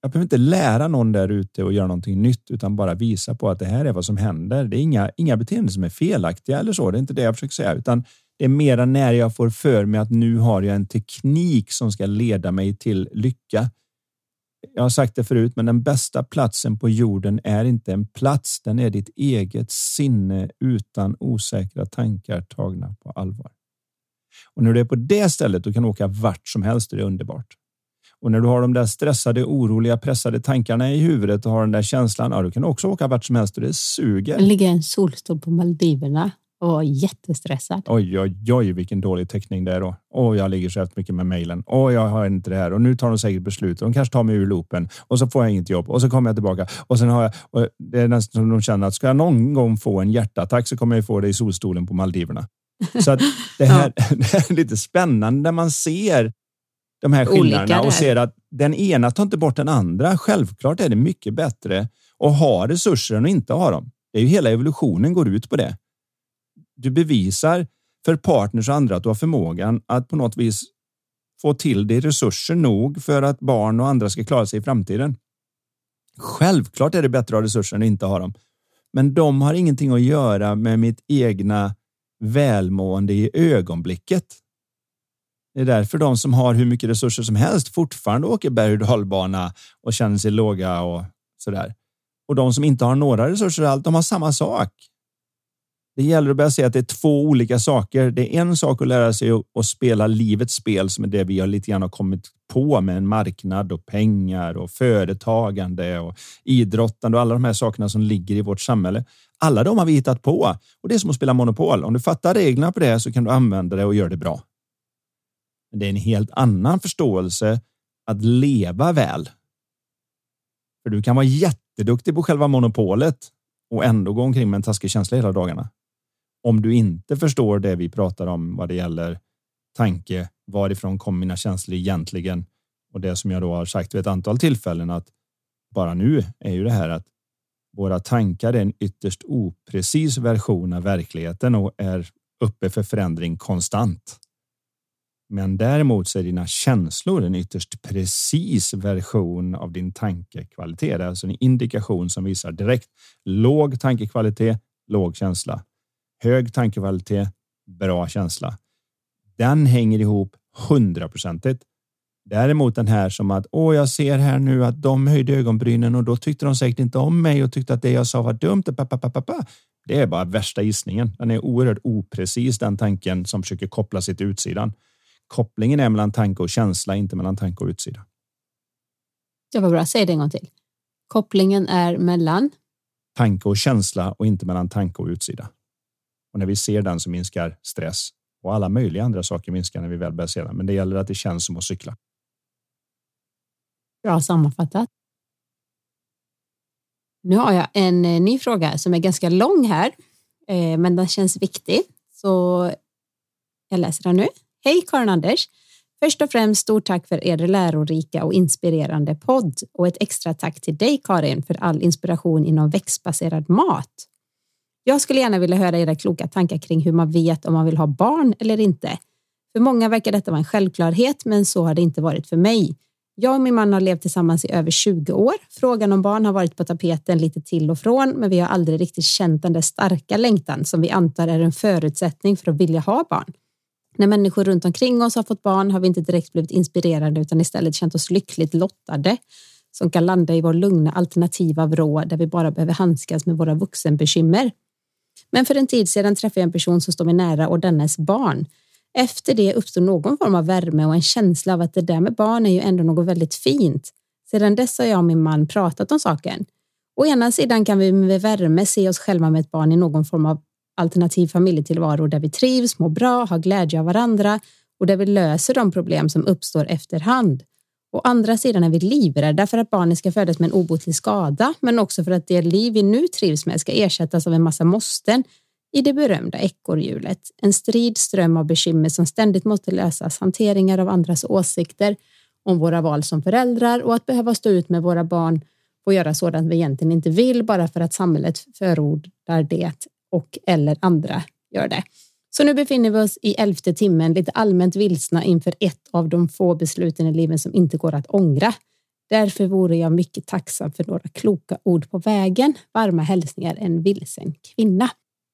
Jag behöver inte lära någon där ute och göra någonting nytt, utan bara visa på att det här är vad som händer. Det är inga beteenden som är felaktiga eller så. Det är inte det jag försöker säga, utan det är mera när jag får för mig att nu har jag en teknik som ska leda mig till lycka. Jag har sagt det förut, men den bästa platsen på jorden är inte en plats. Den är ditt eget sinne utan osäkra tankar tagna på allvar. Och när du är på det stället, du kan åka vart som helst, det är underbart. Och när du har de där stressade, oroliga, pressade tankarna i huvudet och har den där känslan, ja, du kan också åka vart som helst och det suger. Det ligger en solstol på Maldiverna och jättestressad. Oj, vilken dålig täckning det är då. Jag ligger så efter mycket med mejlen. Jag har inte det här. Och nu tar de säkert beslut. De kanske tar mig ur loopen. Och så får jag inget jobb. Och så kommer jag tillbaka. Och sen har jag... Och det är nästan som de känner att ska jag någon gång få en hjärtattack så kommer jag få det i solstolen på Maldiverna. Så att det här det är lite spännande när man ser de här skillnaderna och ser att den ena tar inte bort den andra. Självklart är det mycket bättre att ha resurser än att inte ha dem. Det är ju hela evolutionen går ut på det. Du bevisar för partners och andra att du har förmågan att på något vis få till dig resurser nog för att barn och andra ska klara sig i framtiden. Självklart är det bättre att ha resurser än att inte ha dem. Men de har ingenting att göra med mitt egna välmående i ögonblicket. Det är därför de som har hur mycket resurser som helst fortfarande åker berg- och dalbana och känner sig låga och sådär. Och de som inte har några resurser allt, de har samma sak. Det gäller att börja se att det är två olika saker. Det är en sak att lära sig att spela livets spel som är det vi har lite grann har kommit på med en marknad och pengar och företagande och idrottande och alla de här sakerna som ligger i vårt samhälle. Alla de har vi hittat på och det är som att spela Monopol. Om du fattar reglerna på det så kan du använda det och göra det bra. Men det är en helt annan förståelse att leva väl. För du kan vara jätteduktig på själva monopolet och ändå gå omkring med en taskig känsla hela dagarna. Om du inte förstår det vi pratar om vad det gäller tanke, varifrån kommer mina känslor egentligen, och det som jag då har sagt vid ett antal tillfällen att bara nu är ju det här att våra tankar är en ytterst oprecis version av verkligheten och är uppe för förändring konstant. Men däremot så är dina känslor en ytterst precis version av din tankekvalitet. Det är alltså en indikation som visar direkt låg tankekvalitet, låg känsla. Hög tankekvalitet, bra känsla. Den hänger ihop 100%. Däremot den här som att jag ser här nu att de höjde ögonbrynen och då tyckte de säkert inte om mig och tyckte att det jag sa var dumt. Det är bara värsta gissningen. Den är oerhört oprecis, den tanken som försöker koppla sig till utsidan. Kopplingen är mellan tanke och känsla, inte mellan tanke och utsida. Det var bra, säg det en gång till. Kopplingen är mellan tanke och känsla och inte mellan tanke och utsida. Och när vi ser den så minskar stress och alla möjliga andra saker minskar när vi väl börjar se den. Men det gäller att det känns som att cykla. Bra sammanfattat. Nu har jag en ny fråga som är ganska lång här, men den känns viktig. Så jag läser den nu. Hej Karin Anders. Först och främst stort tack för er lärorika och inspirerande podd och ett extra tack till dig Karin för all inspiration inom växtbaserad mat. Jag skulle gärna vilja höra era kloka tankar kring hur man vet om man vill ha barn eller inte. För många verkar detta vara en självklarhet, men så har det inte varit för mig. Jag och min man har levt tillsammans i över 20 år. Frågan om barn har varit på tapeten lite till och från, men vi har aldrig riktigt känt den där starka längtan som vi antar är en förutsättning för att vilja ha barn. När människor runt omkring oss har fått barn har vi inte direkt blivit inspirerade utan istället känt oss lyckligt lottade som kan landa i vår lugna alternativa vrå där vi bara behöver handskas med våra vuxenbekymmer. Men för en tid sedan träffade jag en person som står mig nära och dennes barn. Efter det uppstod någon form av värme och en känsla av att det där med barn är ju ändå något väldigt fint. Sedan dess har jag och min man pratat om saken. Å ena sidan kan vi med värme se oss själva med ett barn i någon form av alternativ familjetillvaro där vi trivs, mår bra, har glädje av varandra och där vi löser de problem som uppstår efterhand. Å andra sidan är vi livrädda för att barnet ska födas med en obotlig skada, men också för att det liv vi nu trivs med ska ersättas av en massa måsten i det berömda ekorrhjulet. En strid ström av bekymmer som ständigt måste lösas, hanteringar av andras åsikter om våra val som föräldrar och att behöva stå ut med våra barn och göra sådant vi egentligen inte vill bara för att samhället förordar det och eller andra gör det. Så nu befinner vi oss i 11:e timmen lite allmänt vilsna inför ett av de få besluten i livet som inte går att ångra. Därför vore jag mycket tacksam för några kloka ord på vägen. Varma hälsningar, en vilsen kvinna.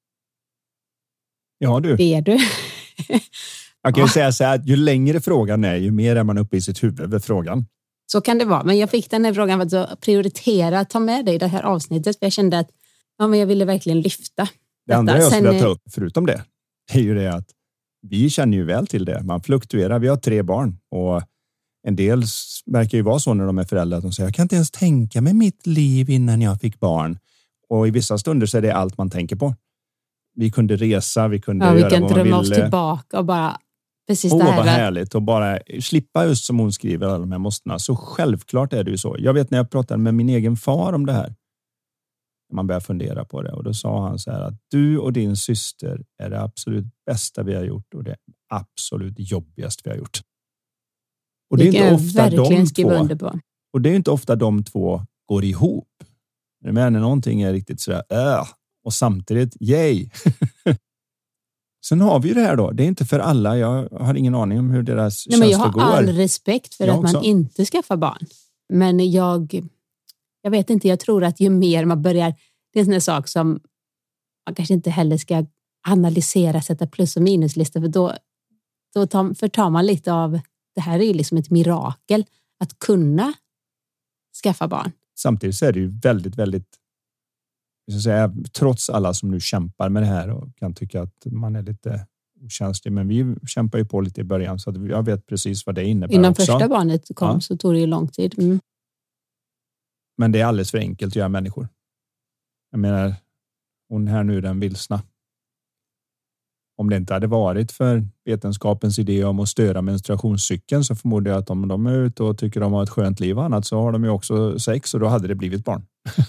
Ja du. Det är du. Jag kan ju säga så här att ju längre frågan är, ju mer är man uppe i sitt huvud över frågan. Så kan det vara. Men jag fick den här frågan för att prioritera att ta med dig i det här avsnittet. För jag kände att men jag ville verkligen lyfta det andra jag skulle ta upp, förutom det, är ju det att vi känner ju väl till det. Man fluktuerar. Vi har 3 barn och en del verkar ju vara så när de är föräldrar att de säger jag kan inte ens tänka mig mitt liv innan jag fick barn. Och i vissa stunder så är det allt man tänker på. Vi kunde resa, vi kunde göra vad man ville. Vi kan drömma oss tillbaka och bara precis det här. Vad härligt och bara slippa just som hon skriver alla de här måstena. Så självklart är det ju så. Jag vet när jag pratade med min egen far om det här. Man börjar fundera på det och då sa han så här att du och din syster är det absolut bästa vi har gjort och det absolut jobbigaste vi har gjort. Och det är inte ofta de två. Och det är inte ofta de två går ihop. Men när någonting är riktigt sådär och samtidigt yay. Sen har vi ju det här då. Det är inte för alla. Jag har ingen aning om hur deras känslor går. Jag har all respekt för att man inte skaffar barn. Men jag vet inte, jag tror att ju mer man börjar, det är en sån här sak som man kanske inte heller ska analysera, sätta plus- och minuslistor, för då förtar man lite av, det här är ju liksom ett mirakel att kunna skaffa barn. Samtidigt så är det ju väldigt, väldigt, jag ska säga, trots alla som nu kämpar med det här och kan tycka att man är lite okänslig, men vi kämpar ju på lite i början så att jag vet precis vad det innebär. Innan också. Första barnet kom så tog det ju lång tid. Mm. Men det är alldeles för enkelt att göra människor. Jag menar, hon här nu den vilsna. Om det inte hade varit för vetenskapens idé om att störa menstruationscykeln så förmodar jag att om de är ute och tycker de har ett skönt liv och annat så har de ju också sex och då hade det blivit barn.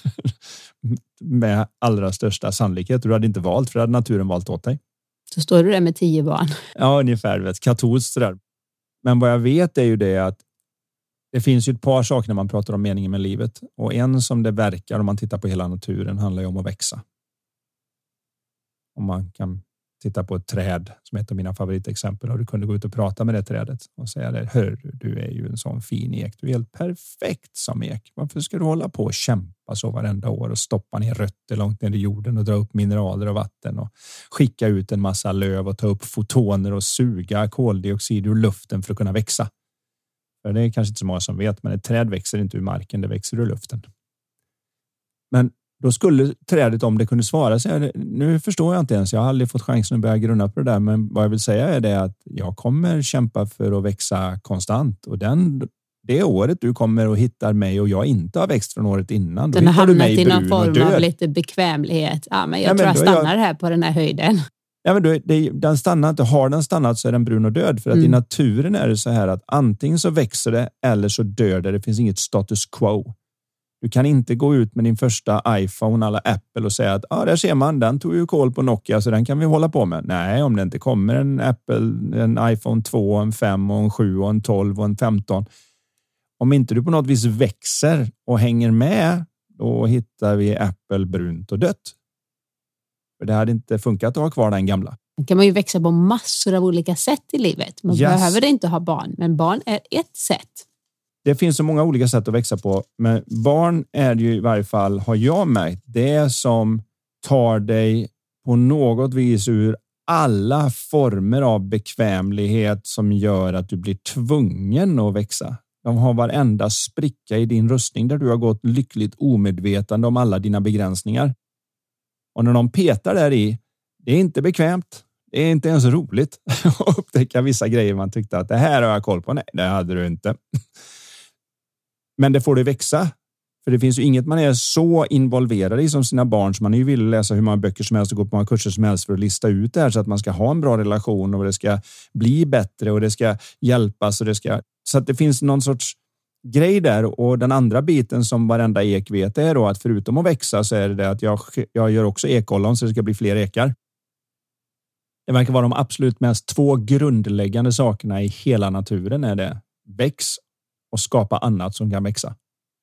Med allra största sannolikhet. Du hade inte valt för det hade naturen valt åt dig. Så står du där med 10 barn. Ja, ungefär. Katolskt där. Men vad jag vet är ju det att det finns ju ett par saker när man pratar om meningen med livet. Och en som det verkar om man tittar på hela naturen handlar ju om att växa. Om man kan titta på ett träd som är ett av mina favoritexempel och du kunde gå ut och prata med det trädet och säga det, hör du är ju en sån fin ek, du är helt perfekt som ek. Varför ska du hålla på och kämpa så varenda år och stoppa ner rötter långt ner i jorden och dra upp mineraler och vatten och skicka ut en massa löv och ta upp fotoner och suga koldioxid ur luften för att kunna växa. För det är kanske inte så många som vet, men ett träd växer inte ur marken, det växer ur luften. Men då skulle trädet, om det kunde svara sig, nu förstår jag inte ens, jag har aldrig fått chansen att börja grunna på det där, men vad jag vill säga är det att jag kommer kämpa för att växa konstant och det året du kommer och hittar mig och jag inte har växt från året innan, då den hittar du mig brun och död. Den har hamnat i någon form av lite bekvämlighet. Ja, men jag tror jag stannar här på den här höjden. Ja, men den stannar, har den stannat så är den brun och död. För att i naturen är det så här att antingen så växer det eller så dör det. Det finns inget status quo. Du kan inte gå ut med din första iPhone eller Apple och säga att där ser man, den tog ju koll på Nokia så den kan vi hålla på med. Nej, om det inte kommer en iPhone 2, en 5 och en 7 och en 12 och en 15. Om inte du på något vis växer och hänger med, då hittar vi Apple brunt och dött. För det hade inte funkat att ha kvar den gamla. Då kan man ju växa på massor av olika sätt i livet. Man behöver inte ha barn, men barn är ett sätt. Det finns så många olika sätt att växa på, men barn är ju i varje fall, har jag märkt, det som tar dig på något vis ur alla former av bekvämlighet som gör att du blir tvungen att växa. De har varenda spricka i din rustning där du har gått lyckligt omedvetande om alla dina begränsningar. Och när de petar där i, det är inte bekvämt. Det är inte ens roligt att upptäcka vissa grejer man tyckte att det här har jag koll på. Nej, det hade du inte. Men det får du växa. För det finns ju inget man är så involverad i som sina barn, så man är ju vill läsa hur många böcker som helst och gå på många kurser som helst för att lista ut det här så att man ska ha en bra relation och det ska bli bättre och det ska hjälpas och det ska... Så att det finns någon sorts grej där, och den andra biten som varenda ek vet är då att förutom att växa så är det att jag gör också ekollon så det ska bli fler ekar. Det verkar vara de absolut mest 2 grundläggande sakerna i hela naturen är det. Väx och skapa annat som kan växa.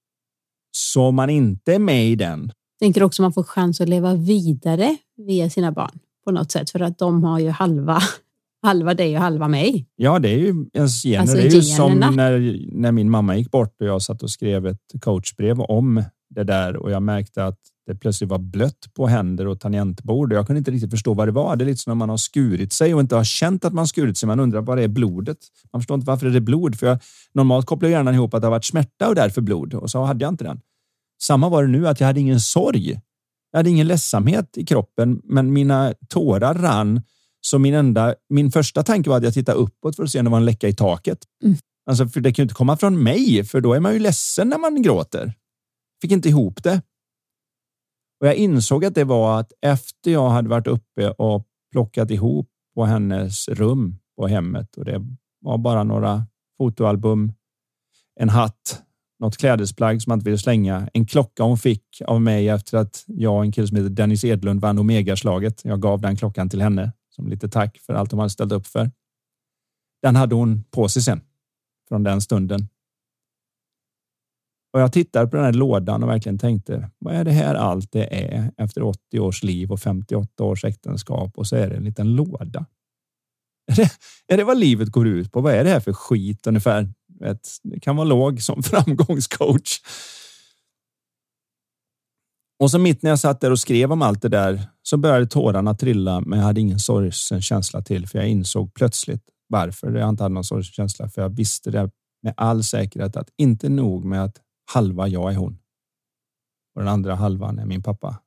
Så om man inte är med i den. Jag tänker också att man får chans att leva vidare via sina barn på något sätt, för att de har ju halva halva dig och halva mig. Ja, det är ju ens gener. Alltså, det är ju generna. som när min mamma gick bort och jag satt och skrev ett coachbrev om det där och jag märkte att det plötsligt var blött på händer och tangentbord och jag kunde inte riktigt förstå vad det var. Det är lite som när man har skurit sig och inte har känt att man skurit sig. Man undrar vad det är blodet. Man förstår inte varför det är blod, för jag normalt kopplar hjärnan ihop att det har varit smärta och därför blod, och så hade jag inte den. Samma var det nu, att jag hade ingen sorg. Jag hade ingen ledsamhet i kroppen, men mina tårar rann. Så min första tanke var att jag tittade uppåt för att se om det var en läcka i taket. Alltså, för det kan ju inte komma från mig, för då är man ju ledsen när man gråter. Fick inte ihop det. Och jag insåg att det var att efter jag hade varit uppe och plockat ihop på hennes rum på hemmet, och det var bara några fotoalbum, en hatt, något klädesplagg som man inte ville slänga, en klocka hon fick av mig efter att jag och en kille som heter Dennis Edlund vann Omegaslaget. Jag gav den klockan till henne som lite tack för allt hon hade ställt upp för. Den hade hon på sig sen från den stunden. Och jag tittar på den här lådan och verkligen tänkte, vad är det här allt det är efter 80 års liv och 58 års äktenskap, och så är det en liten låda. Är det vad livet går ut på? Vad är det här för skit ungefär? Det kan vara låg som framgångscoach. Och så mitt när jag satt där och skrev om allt det där så började tårarna trilla, men jag hade ingen sorgskänsla till, för jag insåg plötsligt varför jag inte hade någon sorgskänsla, för jag visste det med all säkerhet att inte nog med att halva jag är hon och den andra halvan är min pappa.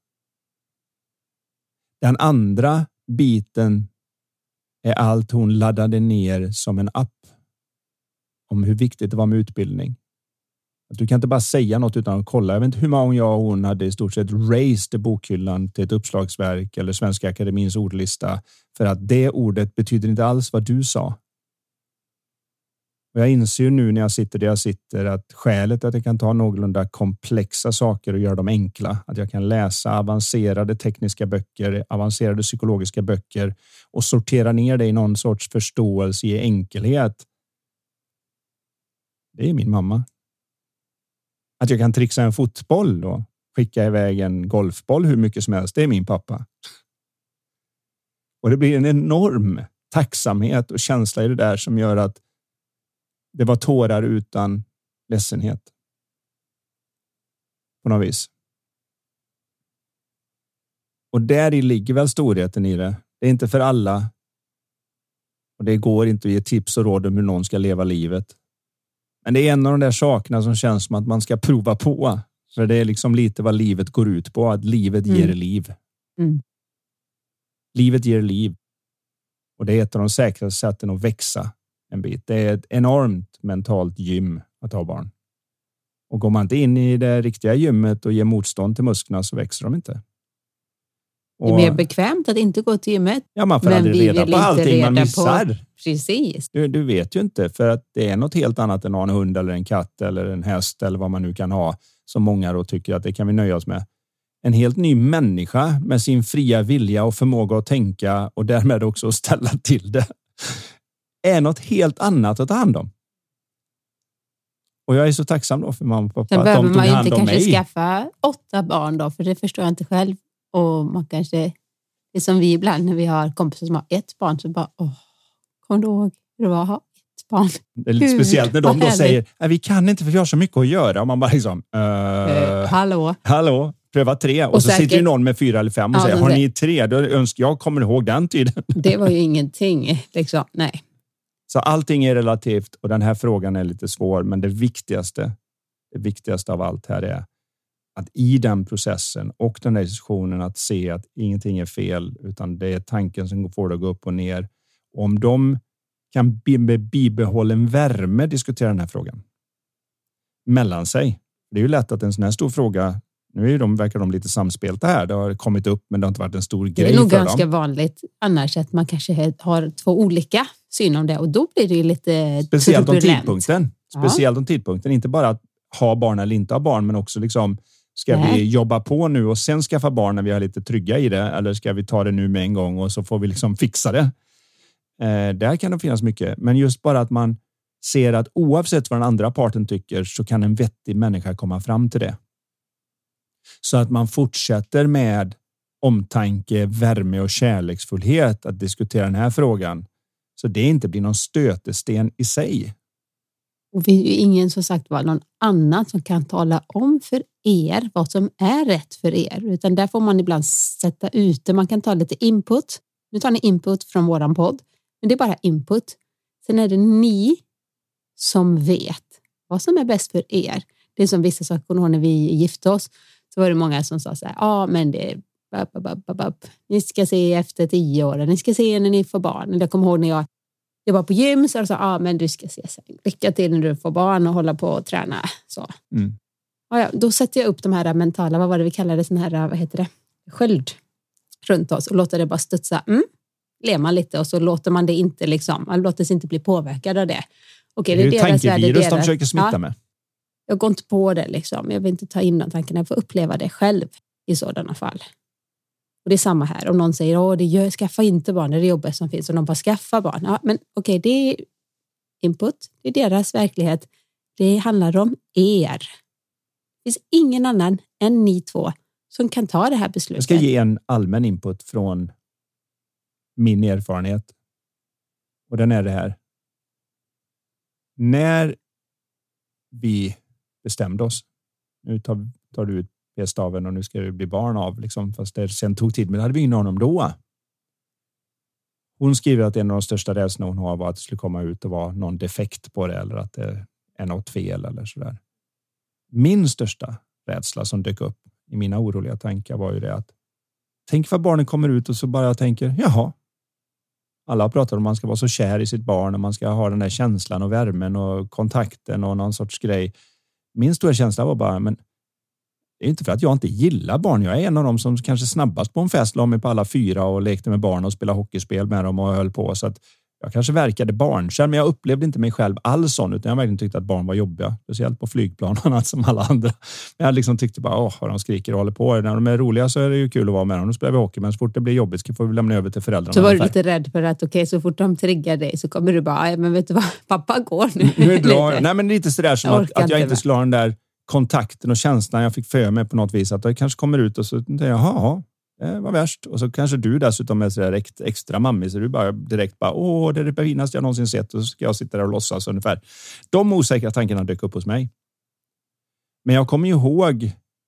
Den andra biten är allt hon laddade ner som en app om hur viktigt det var med utbildning. Att du kan inte bara säga något utan att kolla. Jag vet inte hur många jag och hon hade i stort sett raised bokhyllan till ett uppslagsverk eller Svenska Akademins ordlista, för att det ordet betyder inte alls vad du sa. Och jag inser nu när jag sitter där jag sitter att skälet att jag kan ta någorlunda komplexa saker och göra dem enkla, att jag kan läsa avancerade tekniska böcker, avancerade psykologiska böcker och sortera ner det i någon sorts förståelse i enkelhet. Det är min mamma. Att jag kan trixa en fotboll och skicka iväg en golfboll hur mycket som helst, det är min pappa. Och det blir en enorm tacksamhet och känsla i det där som gör att det var tårar utan ledsenhet. På något vis. Och där ligger väl storheten i det. Det är inte för alla. Och det går inte att ge tips och råd om hur någon ska leva livet. Men det är en av de där sakerna som känns som att man ska prova på. För det är liksom lite vad livet går ut på. Att livet ger liv. Livet ger liv. Och det är ett av de säkraste sätten att växa en bit. Det är ett enormt mentalt gym att ha barn. Och går man inte in i det riktiga gymmet och ger motstånd till musklerna så växer de inte. Det är mer bekvämt att inte gå till gymmet. Ja, man får aldrig reda på allting man missar. På, precis. Du vet ju inte, för att det är något helt annat än en hund eller en katt eller en häst eller vad man nu kan ha, som många då tycker att det kan vi nöja oss med. En helt ny människa med sin fria vilja och förmåga att tänka och därmed också att ställa till det är något helt annat att ta hand om. Och jag är så tacksam då för mamma och pappa att de tog hand om mig. Sen behöver man ju inte kanske skaffa 8 barn då, för det förstår jag inte själv. Och man kanske, det är som vi ibland när vi har kompisar som har 1 barn så bara, kom du ihåg hur det var att ha 1 barn? Det är lite speciellt när de då säger, vi kan inte för vi har så mycket att göra. Och man bara liksom, hallå, pröva 3. Och så säkert, sitter ju någon med 4 eller 5 och säger, har ni 3? Då önskar jag kommer ihåg den tiden. Det var ju ingenting, liksom, nej. Så allting är relativt och den här frågan är lite svår, men det viktigaste av allt här är att i den processen och den här diskussionen att se att ingenting är fel, utan det är tanken som får det att gå upp och ner. Och om de kan med bibehållen värme diskutera den här frågan mellan sig. Det är ju lätt att en sån här stor fråga, nu är verkar de lite samspelta här, det har kommit upp men det har inte varit en stor grej för dem. Det är nog ganska vanligt annars att man kanske har 2 olika syn om det och då blir det ju lite speciellt turbulent. Speciellt om tidpunkten, inte bara att ha barn eller inte ha barn, men också liksom, ska vi jobba på nu och sen skaffa barn när vi är lite trygga i det, eller ska vi ta det nu med en gång och så får vi liksom fixa det. Där kan det finnas mycket, men just bara att man ser att oavsett vad den andra parten tycker så kan en vettig människa komma fram till det. Så att man fortsätter med omtanke, värme och kärleksfullhet att diskutera den här frågan. Så det inte blir någon stötesten i sig. Och vi är ju ingen som sagt var någon annan som kan tala om för er vad som är rätt för er. Utan där får man ibland sätta ute. Man kan ta lite input. Nu tar ni input från våran podd. Men det är bara input. Sen är det ni som vet vad som är bäst för er. Det är som vissa saker när vi gifte oss. Så var det många som sa så här. Men det är ni ska se efter 10 år. Ni ska se när ni får barn. Jag kommer ihåg när jag var på gym så sa men du ska se sen. Lycka till när du får barn och hålla på och träna. Så. Då sätter jag upp de här mentala, vad var det vi kallade sån här, vad heter det? Sköld runt oss och låter det bara studsa. Ler man lite och så låter man det inte liksom, man låter sig inte bli påverkad av det. Okej, det är deras tankevirus de försöker smitta med. Jag går inte på det liksom. Jag vill inte ta in de tankarna. Jag får uppleva det själv i sådana fall. Och det är samma här. Om någon säger, skaffa inte barn, det är det jobbet som finns. Och de bara skaffa barn. Ja, men okej, det är input. Det är deras verklighet. Det handlar om er. Det finns ingen annan än ni två som kan ta det här beslutet. Jag ska ge en allmän input från min erfarenhet. Och den är det här. När vi bestämde oss. Nu tar du ut p-staven och nu ska det bli barn av. Liksom, fast det sen tog tid. Men det hade vi ingen aning om då. Hon skriver att en av de största rädslorna hon har var att det skulle komma ut och vara någon defekt på det. Eller att det är något fel eller sådär. Min största rädsla som dök upp i mina oroliga tankar var ju det att tänk för barnen kommer ut och så bara jag tänker, jaha. Alla pratar om att man ska vara så kär i sitt barn och man ska ha den där känslan och värmen och kontakten och någon sorts grej. Min stora känsla var bara, men det är inte för att jag inte gillar barn. Jag är en av dem som kanske snabbast på en fest la mig på alla 4 och lekte med barn och spelade hockeyspel med dem och höll på. Så att jag kanske verkade barnkär, men jag upplevde inte mig själv alls sån, utan jag verkligen tyckte att barn var jobbiga. Speciellt på flygplan och annat som alla andra. Men jag liksom tyckte bara, vad de skriker och håller på. När de är roliga så är det ju kul att vara med dem. Nu spelar vi hockey, men så fort det blir jobbigt så får vi lämna över till föräldrarna. Så var du lite rädd för att så fort de triggar dig så kommer du bara, men vet du vad, pappa går nu. Nu är bra. Nej, men lite sådär som att jag inte skulle ha den där kontakten och känslan jag fick för mig på något vis. Att jag kanske kommer ut och så tänker jag, jaha. Det var värst. Och så kanske du dessutom är sådär extra mammig så du bara direkt bara, det är det finaste jag någonsin sett och så ska jag sitta där och låtsas ungefär. De osäkra tankarna dök upp hos mig. Men jag kommer ju ihåg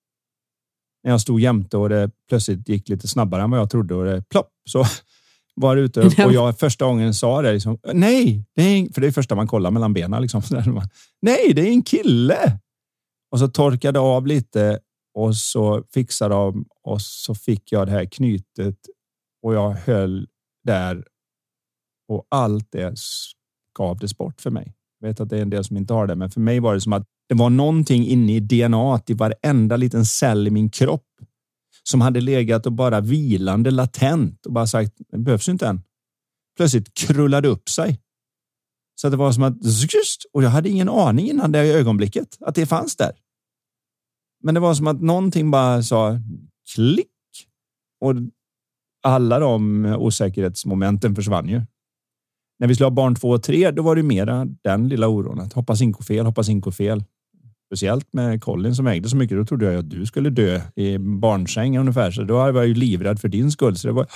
när jag stod jämte och det plötsligt gick lite snabbare än vad jag trodde och det plopp så var det ute och jag första gången sa det liksom, nej, för det är första man kollar mellan benen liksom. Nej, det är en kille! Och så torkade av lite och så fixade de och så fick jag det här knytet och jag höll där och allt det gavdes bort för mig. Jag vet att det är en del som inte har det, men för mig var det som att det var någonting inne i DNA i varenda liten cell i min kropp som hade legat och bara vilande latent och bara sagt, det behövs inte än. Plötsligt krullade upp sig. Så det var som att, och jag hade ingen aning innan det ögonblicket att det fanns där. Men det var som att någonting bara sa klick och alla de osäkerhetsmomenten försvann ju. När vi skulle ha barn 2 och 3 då var det mera den lilla oron att hoppas inte fel. Speciellt med Colin som ägde så mycket, då trodde jag att du skulle dö i barnsängen ungefär. Så då var jag ju livrädd för din skull. Så det var...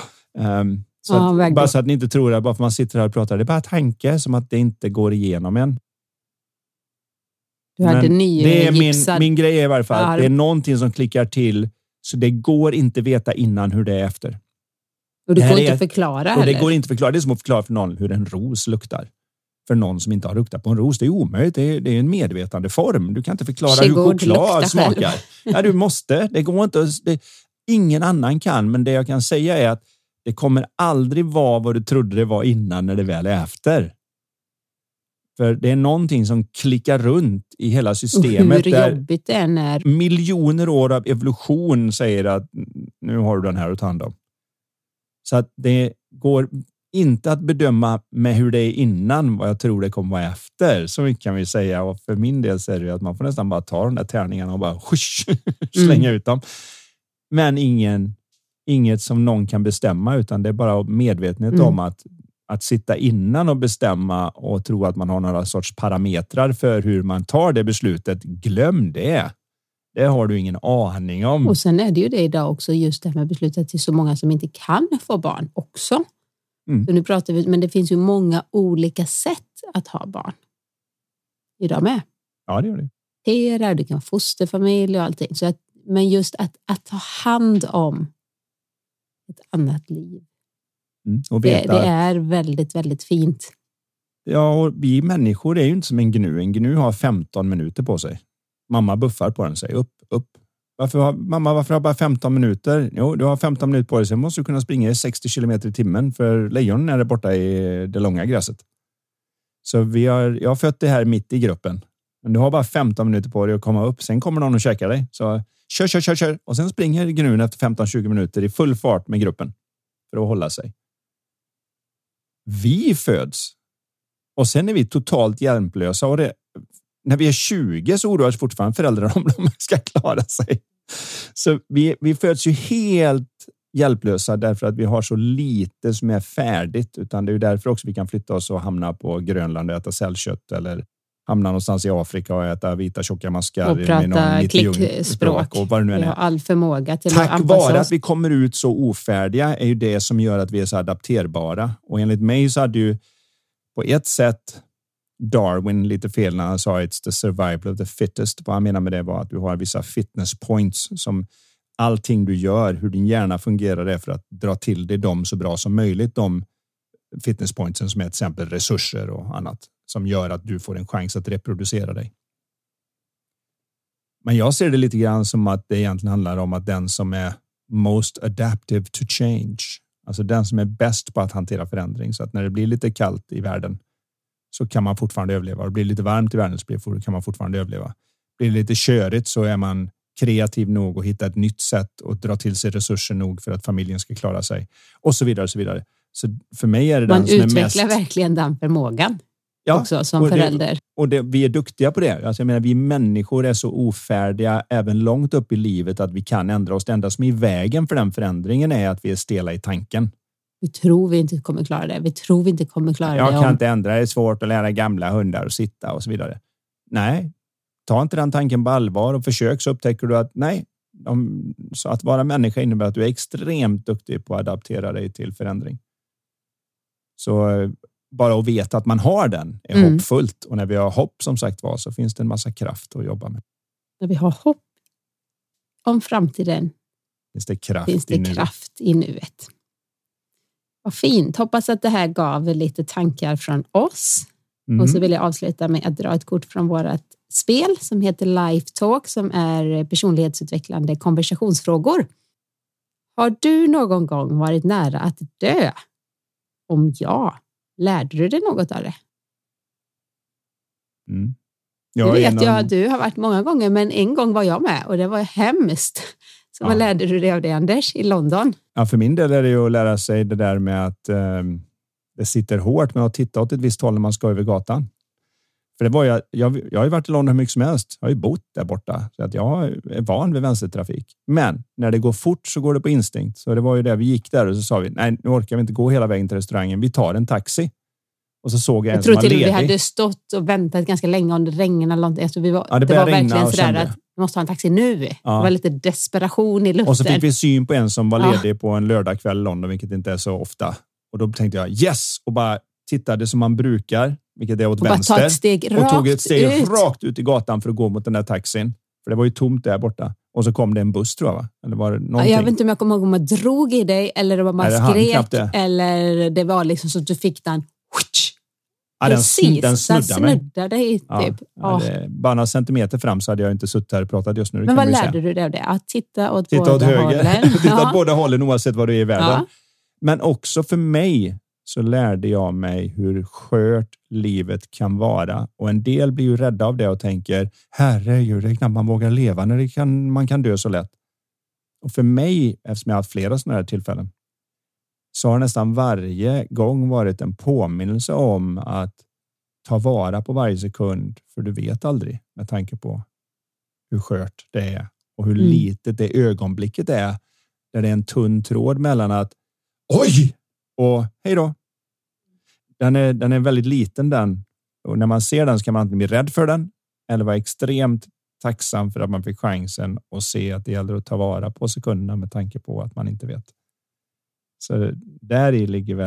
bara så att ni inte tror att bara för man sitter här och pratar, det är bara tanke som att det inte går igenom än. Du hade det är min grej i varje fall. Det är någonting som klickar till så det går inte veta innan hur det är efter. Och det går inte förklara och det går inte förklara. Det är som att förklara för någon hur en ros luktar. För någon som inte har luktat på en ros. Det är omöjligt. Det är en medvetande form. Du kan inte förklara hur choklad smakar. Ja, du måste. Det går inte. Ingen annan kan. Men det jag kan säga är att det kommer aldrig vara vad du trodde det var innan när det väl är efter. För det är någonting som klickar runt i hela systemet. Hur jobbigt det än är. Miljoner år av evolution säger att nu har du den här att ta hand om. Så att det går inte att bedöma med hur det är innan vad jag tror det kommer vara efter. Så mycket kan vi säga. Och för min del så är det att man får nästan bara ta de där tärningarna och bara slänga ut dem. Men inget som någon kan bestämma utan det är bara medvetenhet om att sitta innan och bestämma och tro att man har några sorts parametrar för hur man tar det beslutet. Glöm det. Det har du ingen aning om. Och sen är det ju det idag också just det här med beslutet till så många som inte kan få barn också. Så nu pratar vi, men det finns ju många olika sätt att ha barn. Idag med. Ja, det gör det. Du kan vara fosterfamilj och allting. Så men just att ta hand om ett annat liv. Och det är väldigt, väldigt fint. Ja, och vi människor är ju inte som en gnu. En gnu har 15 minuter på sig. Mamma buffar på den, säger upp. Varför har bara 15 minuter? Jo, du har 15 minuter på dig, så måste du kunna springa i 60 kilometer i timmen, för lejon är det borta i det långa gräset. Så jag har fött det här mitt i gruppen. Men du har bara 15 minuter på dig att komma upp. Sen kommer någon och käkar dig. Så kör. Och sen springer gnun efter 15-20 minuter i full fart med gruppen för att hålla sig. Vi föds. Och sen är vi totalt hjälplösa. Och när vi är 20 så oroar fortfarande föräldrar om de ska klara sig. Så vi föds ju helt hjälplösa därför att vi har så lite som är färdigt. Utan det är ju därför också vi kan flytta oss och hamna på Grönland och äta cellkött, eller hamna någonstans i Afrika och äta vita tjocka maskar. Och prata klickspråk. Och vad det nu vi har all förmåga till Tack att anpassa oss. vare att vi kommer ut så ofärdiga är ju det som gör att vi är så adapterbara. Och enligt mig så hade ju på ett sätt Darwin lite fel när han sa it's the survival of the fittest. Vad han menar med det var att du har vissa fitness points som allting du gör, hur din hjärna fungerar, är för att dra till dig dem så bra som möjligt. De fitness pointsen som är till exempel resurser och annat som gör att du får en chans att reproducera dig. Men jag ser det lite grann som att det egentligen handlar om att den som är most adaptive to change, alltså den som är bäst på att hantera förändring, så att när det blir lite kallt i världen så kan man fortfarande överleva. Och blir det lite varmt i världen så kan man fortfarande överleva. Blir det lite körigt så är man kreativ nog att hitta ett nytt sätt och dra till sig resurser nog för att familjen ska klara sig. Och så vidare och så vidare. Så för mig är det den som är mest... Man utvecklar verkligen den förmågan också som förälder. Vi är duktiga på det. Alltså jag menar, vi människor är så ofärdiga även långt upp i livet att vi kan ändra oss. Det enda som är i vägen för den förändringen är att vi är stela i tanken. Vi tror vi inte kommer klara det. Jag kan inte ändra, det är svårt att lära gamla hundar att sitta och så vidare. Nej, ta inte den tanken på allvar och försök, så upptäcker du att nej, så att vara människa innebär att du är extremt duktig på att adaptera dig till förändring. Så bara att veta att man har den är hoppfullt. Och när vi har hopp, som sagt var, så finns det en massa kraft att jobba med. När vi har hopp om framtiden finns det kraft i nuet. Vad fint. Hoppas att det här gav lite tankar från oss. Och så vill jag avsluta med att dra ett kort från vårt spel som heter Life Talk, som är personlighetsutvecklande konversationsfrågor. Har du någon gång varit nära att dö? Om ja, lärde du dig något av det? Jag vet jag att du har varit många gånger, men en gång var jag med och det var hemskt. Så vad lärde du dig av det, Anders, i London? Ja, för min del är det ju att lära sig det där med att det sitter hårt med att titta åt ett visst håll när man ska över gatan. För det var jag har ju varit i London hur mycket som helst. Jag har ju bott där borta. Så att jag är van vid vänstertrafik. Men när det går fort så går det på instinkt. Så det var ju det, vi gick där och så sa vi, nej, nu orkar vi inte gå hela vägen till restaurangen. Vi tar en taxi. Och så såg jag en som var ledig. Jag tror till och med vi hade stått och väntat ganska länge om det regnade eller någonting. Alltså det var verkligen sådär att vi måste ha en taxi nu. Ja. Det var lite desperation i luften. Och så fick vi syn på en som var ledig på en lördagkväll i London, vilket inte är så ofta. Och då tänkte jag yes, och bara tittade som man brukar, vilket är åt och vänster. Och tog ett steg rakt ut i gatan för att gå mot den där taxin. För det var ju tomt där borta. Och så kom det en buss, tror jag, va? Eller var det någonting? Jag vet inte om jag kommer ihåg om man drog i dig eller det var bara skrek. Eller det var liksom så att du fick den... Ja, den snuddade dig typ. Bara några centimeter fram så hade jag inte suttit här och pratat just nu. Men vad lärde du dig av det? Att titta åt båda hållen. Titta åt båda hållen oavsett vad du är i världen. Ja. Men också för mig så lärde jag mig hur skört livet kan vara. Och en del blir ju rädda av det och tänker, herregud, det är knappt man vågar leva när man kan dö så lätt. Och för mig, eftersom jag har haft flera sådana här tillfällen, så har nästan varje gång varit en påminnelse om att ta vara på varje sekund, för du vet aldrig, med tanke på hur skört det är och hur litet det ögonblicket är, där det är en tunn tråd mellan att oj och hej då. Den är väldigt liten, den, och när man ser den så kan man antingen bli rädd för den eller vara extremt tacksam för att man fick chansen och se att det gäller att ta vara på sekunderna med tanke på att man inte vet. Så där i ligger väl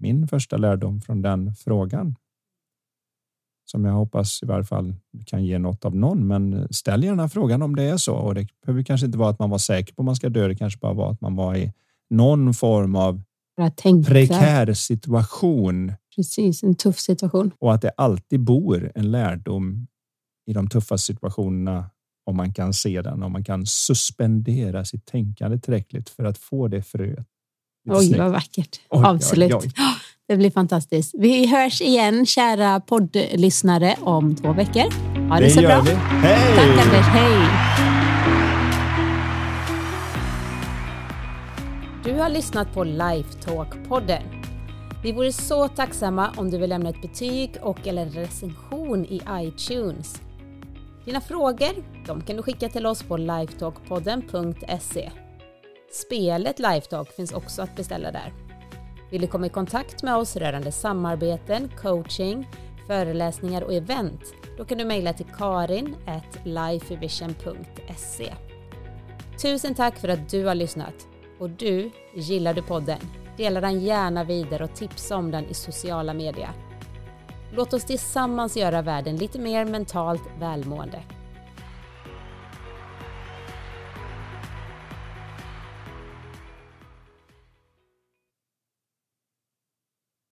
min första lärdom från den frågan. Som jag hoppas i varje fall kan ge något av någon. Men ställ gärna frågan om det är så. Och det behöver kanske inte vara att man var säker på att man ska dö. Det kanske bara var att man var i någon form av prekär situation. Precis, en tuff situation. Och att det alltid bor en lärdom i de tuffa situationerna. Om man kan se den. Om man kan suspendera sitt tänkande tillräckligt för att få det fröet. Oj, vad vackert. Absolut. Oj. Det blir fantastiskt. Vi hörs igen, kära poddlyssnare, om 2 veckor. Ha det så bra. Vi. Hej! Tack Anders, hej! Du har lyssnat på Lifetalk-podden. Vi vore så tacksamma om du vill lämna ett betyg och eller recension i iTunes. Dina frågor, de kan du skicka till oss på lifetalkpodden.se. Spelet Lifetalk finns också att beställa där. Vill du komma i kontakt med oss rörande samarbeten, coaching, föreläsningar och event, då kan du mejla till karin@lifevision.se. Tusen tack för att du har lyssnat. Och gillar du podden? Dela den gärna vidare och tipsa om den i sociala medier. Låt oss tillsammans göra världen lite mer mentalt välmående.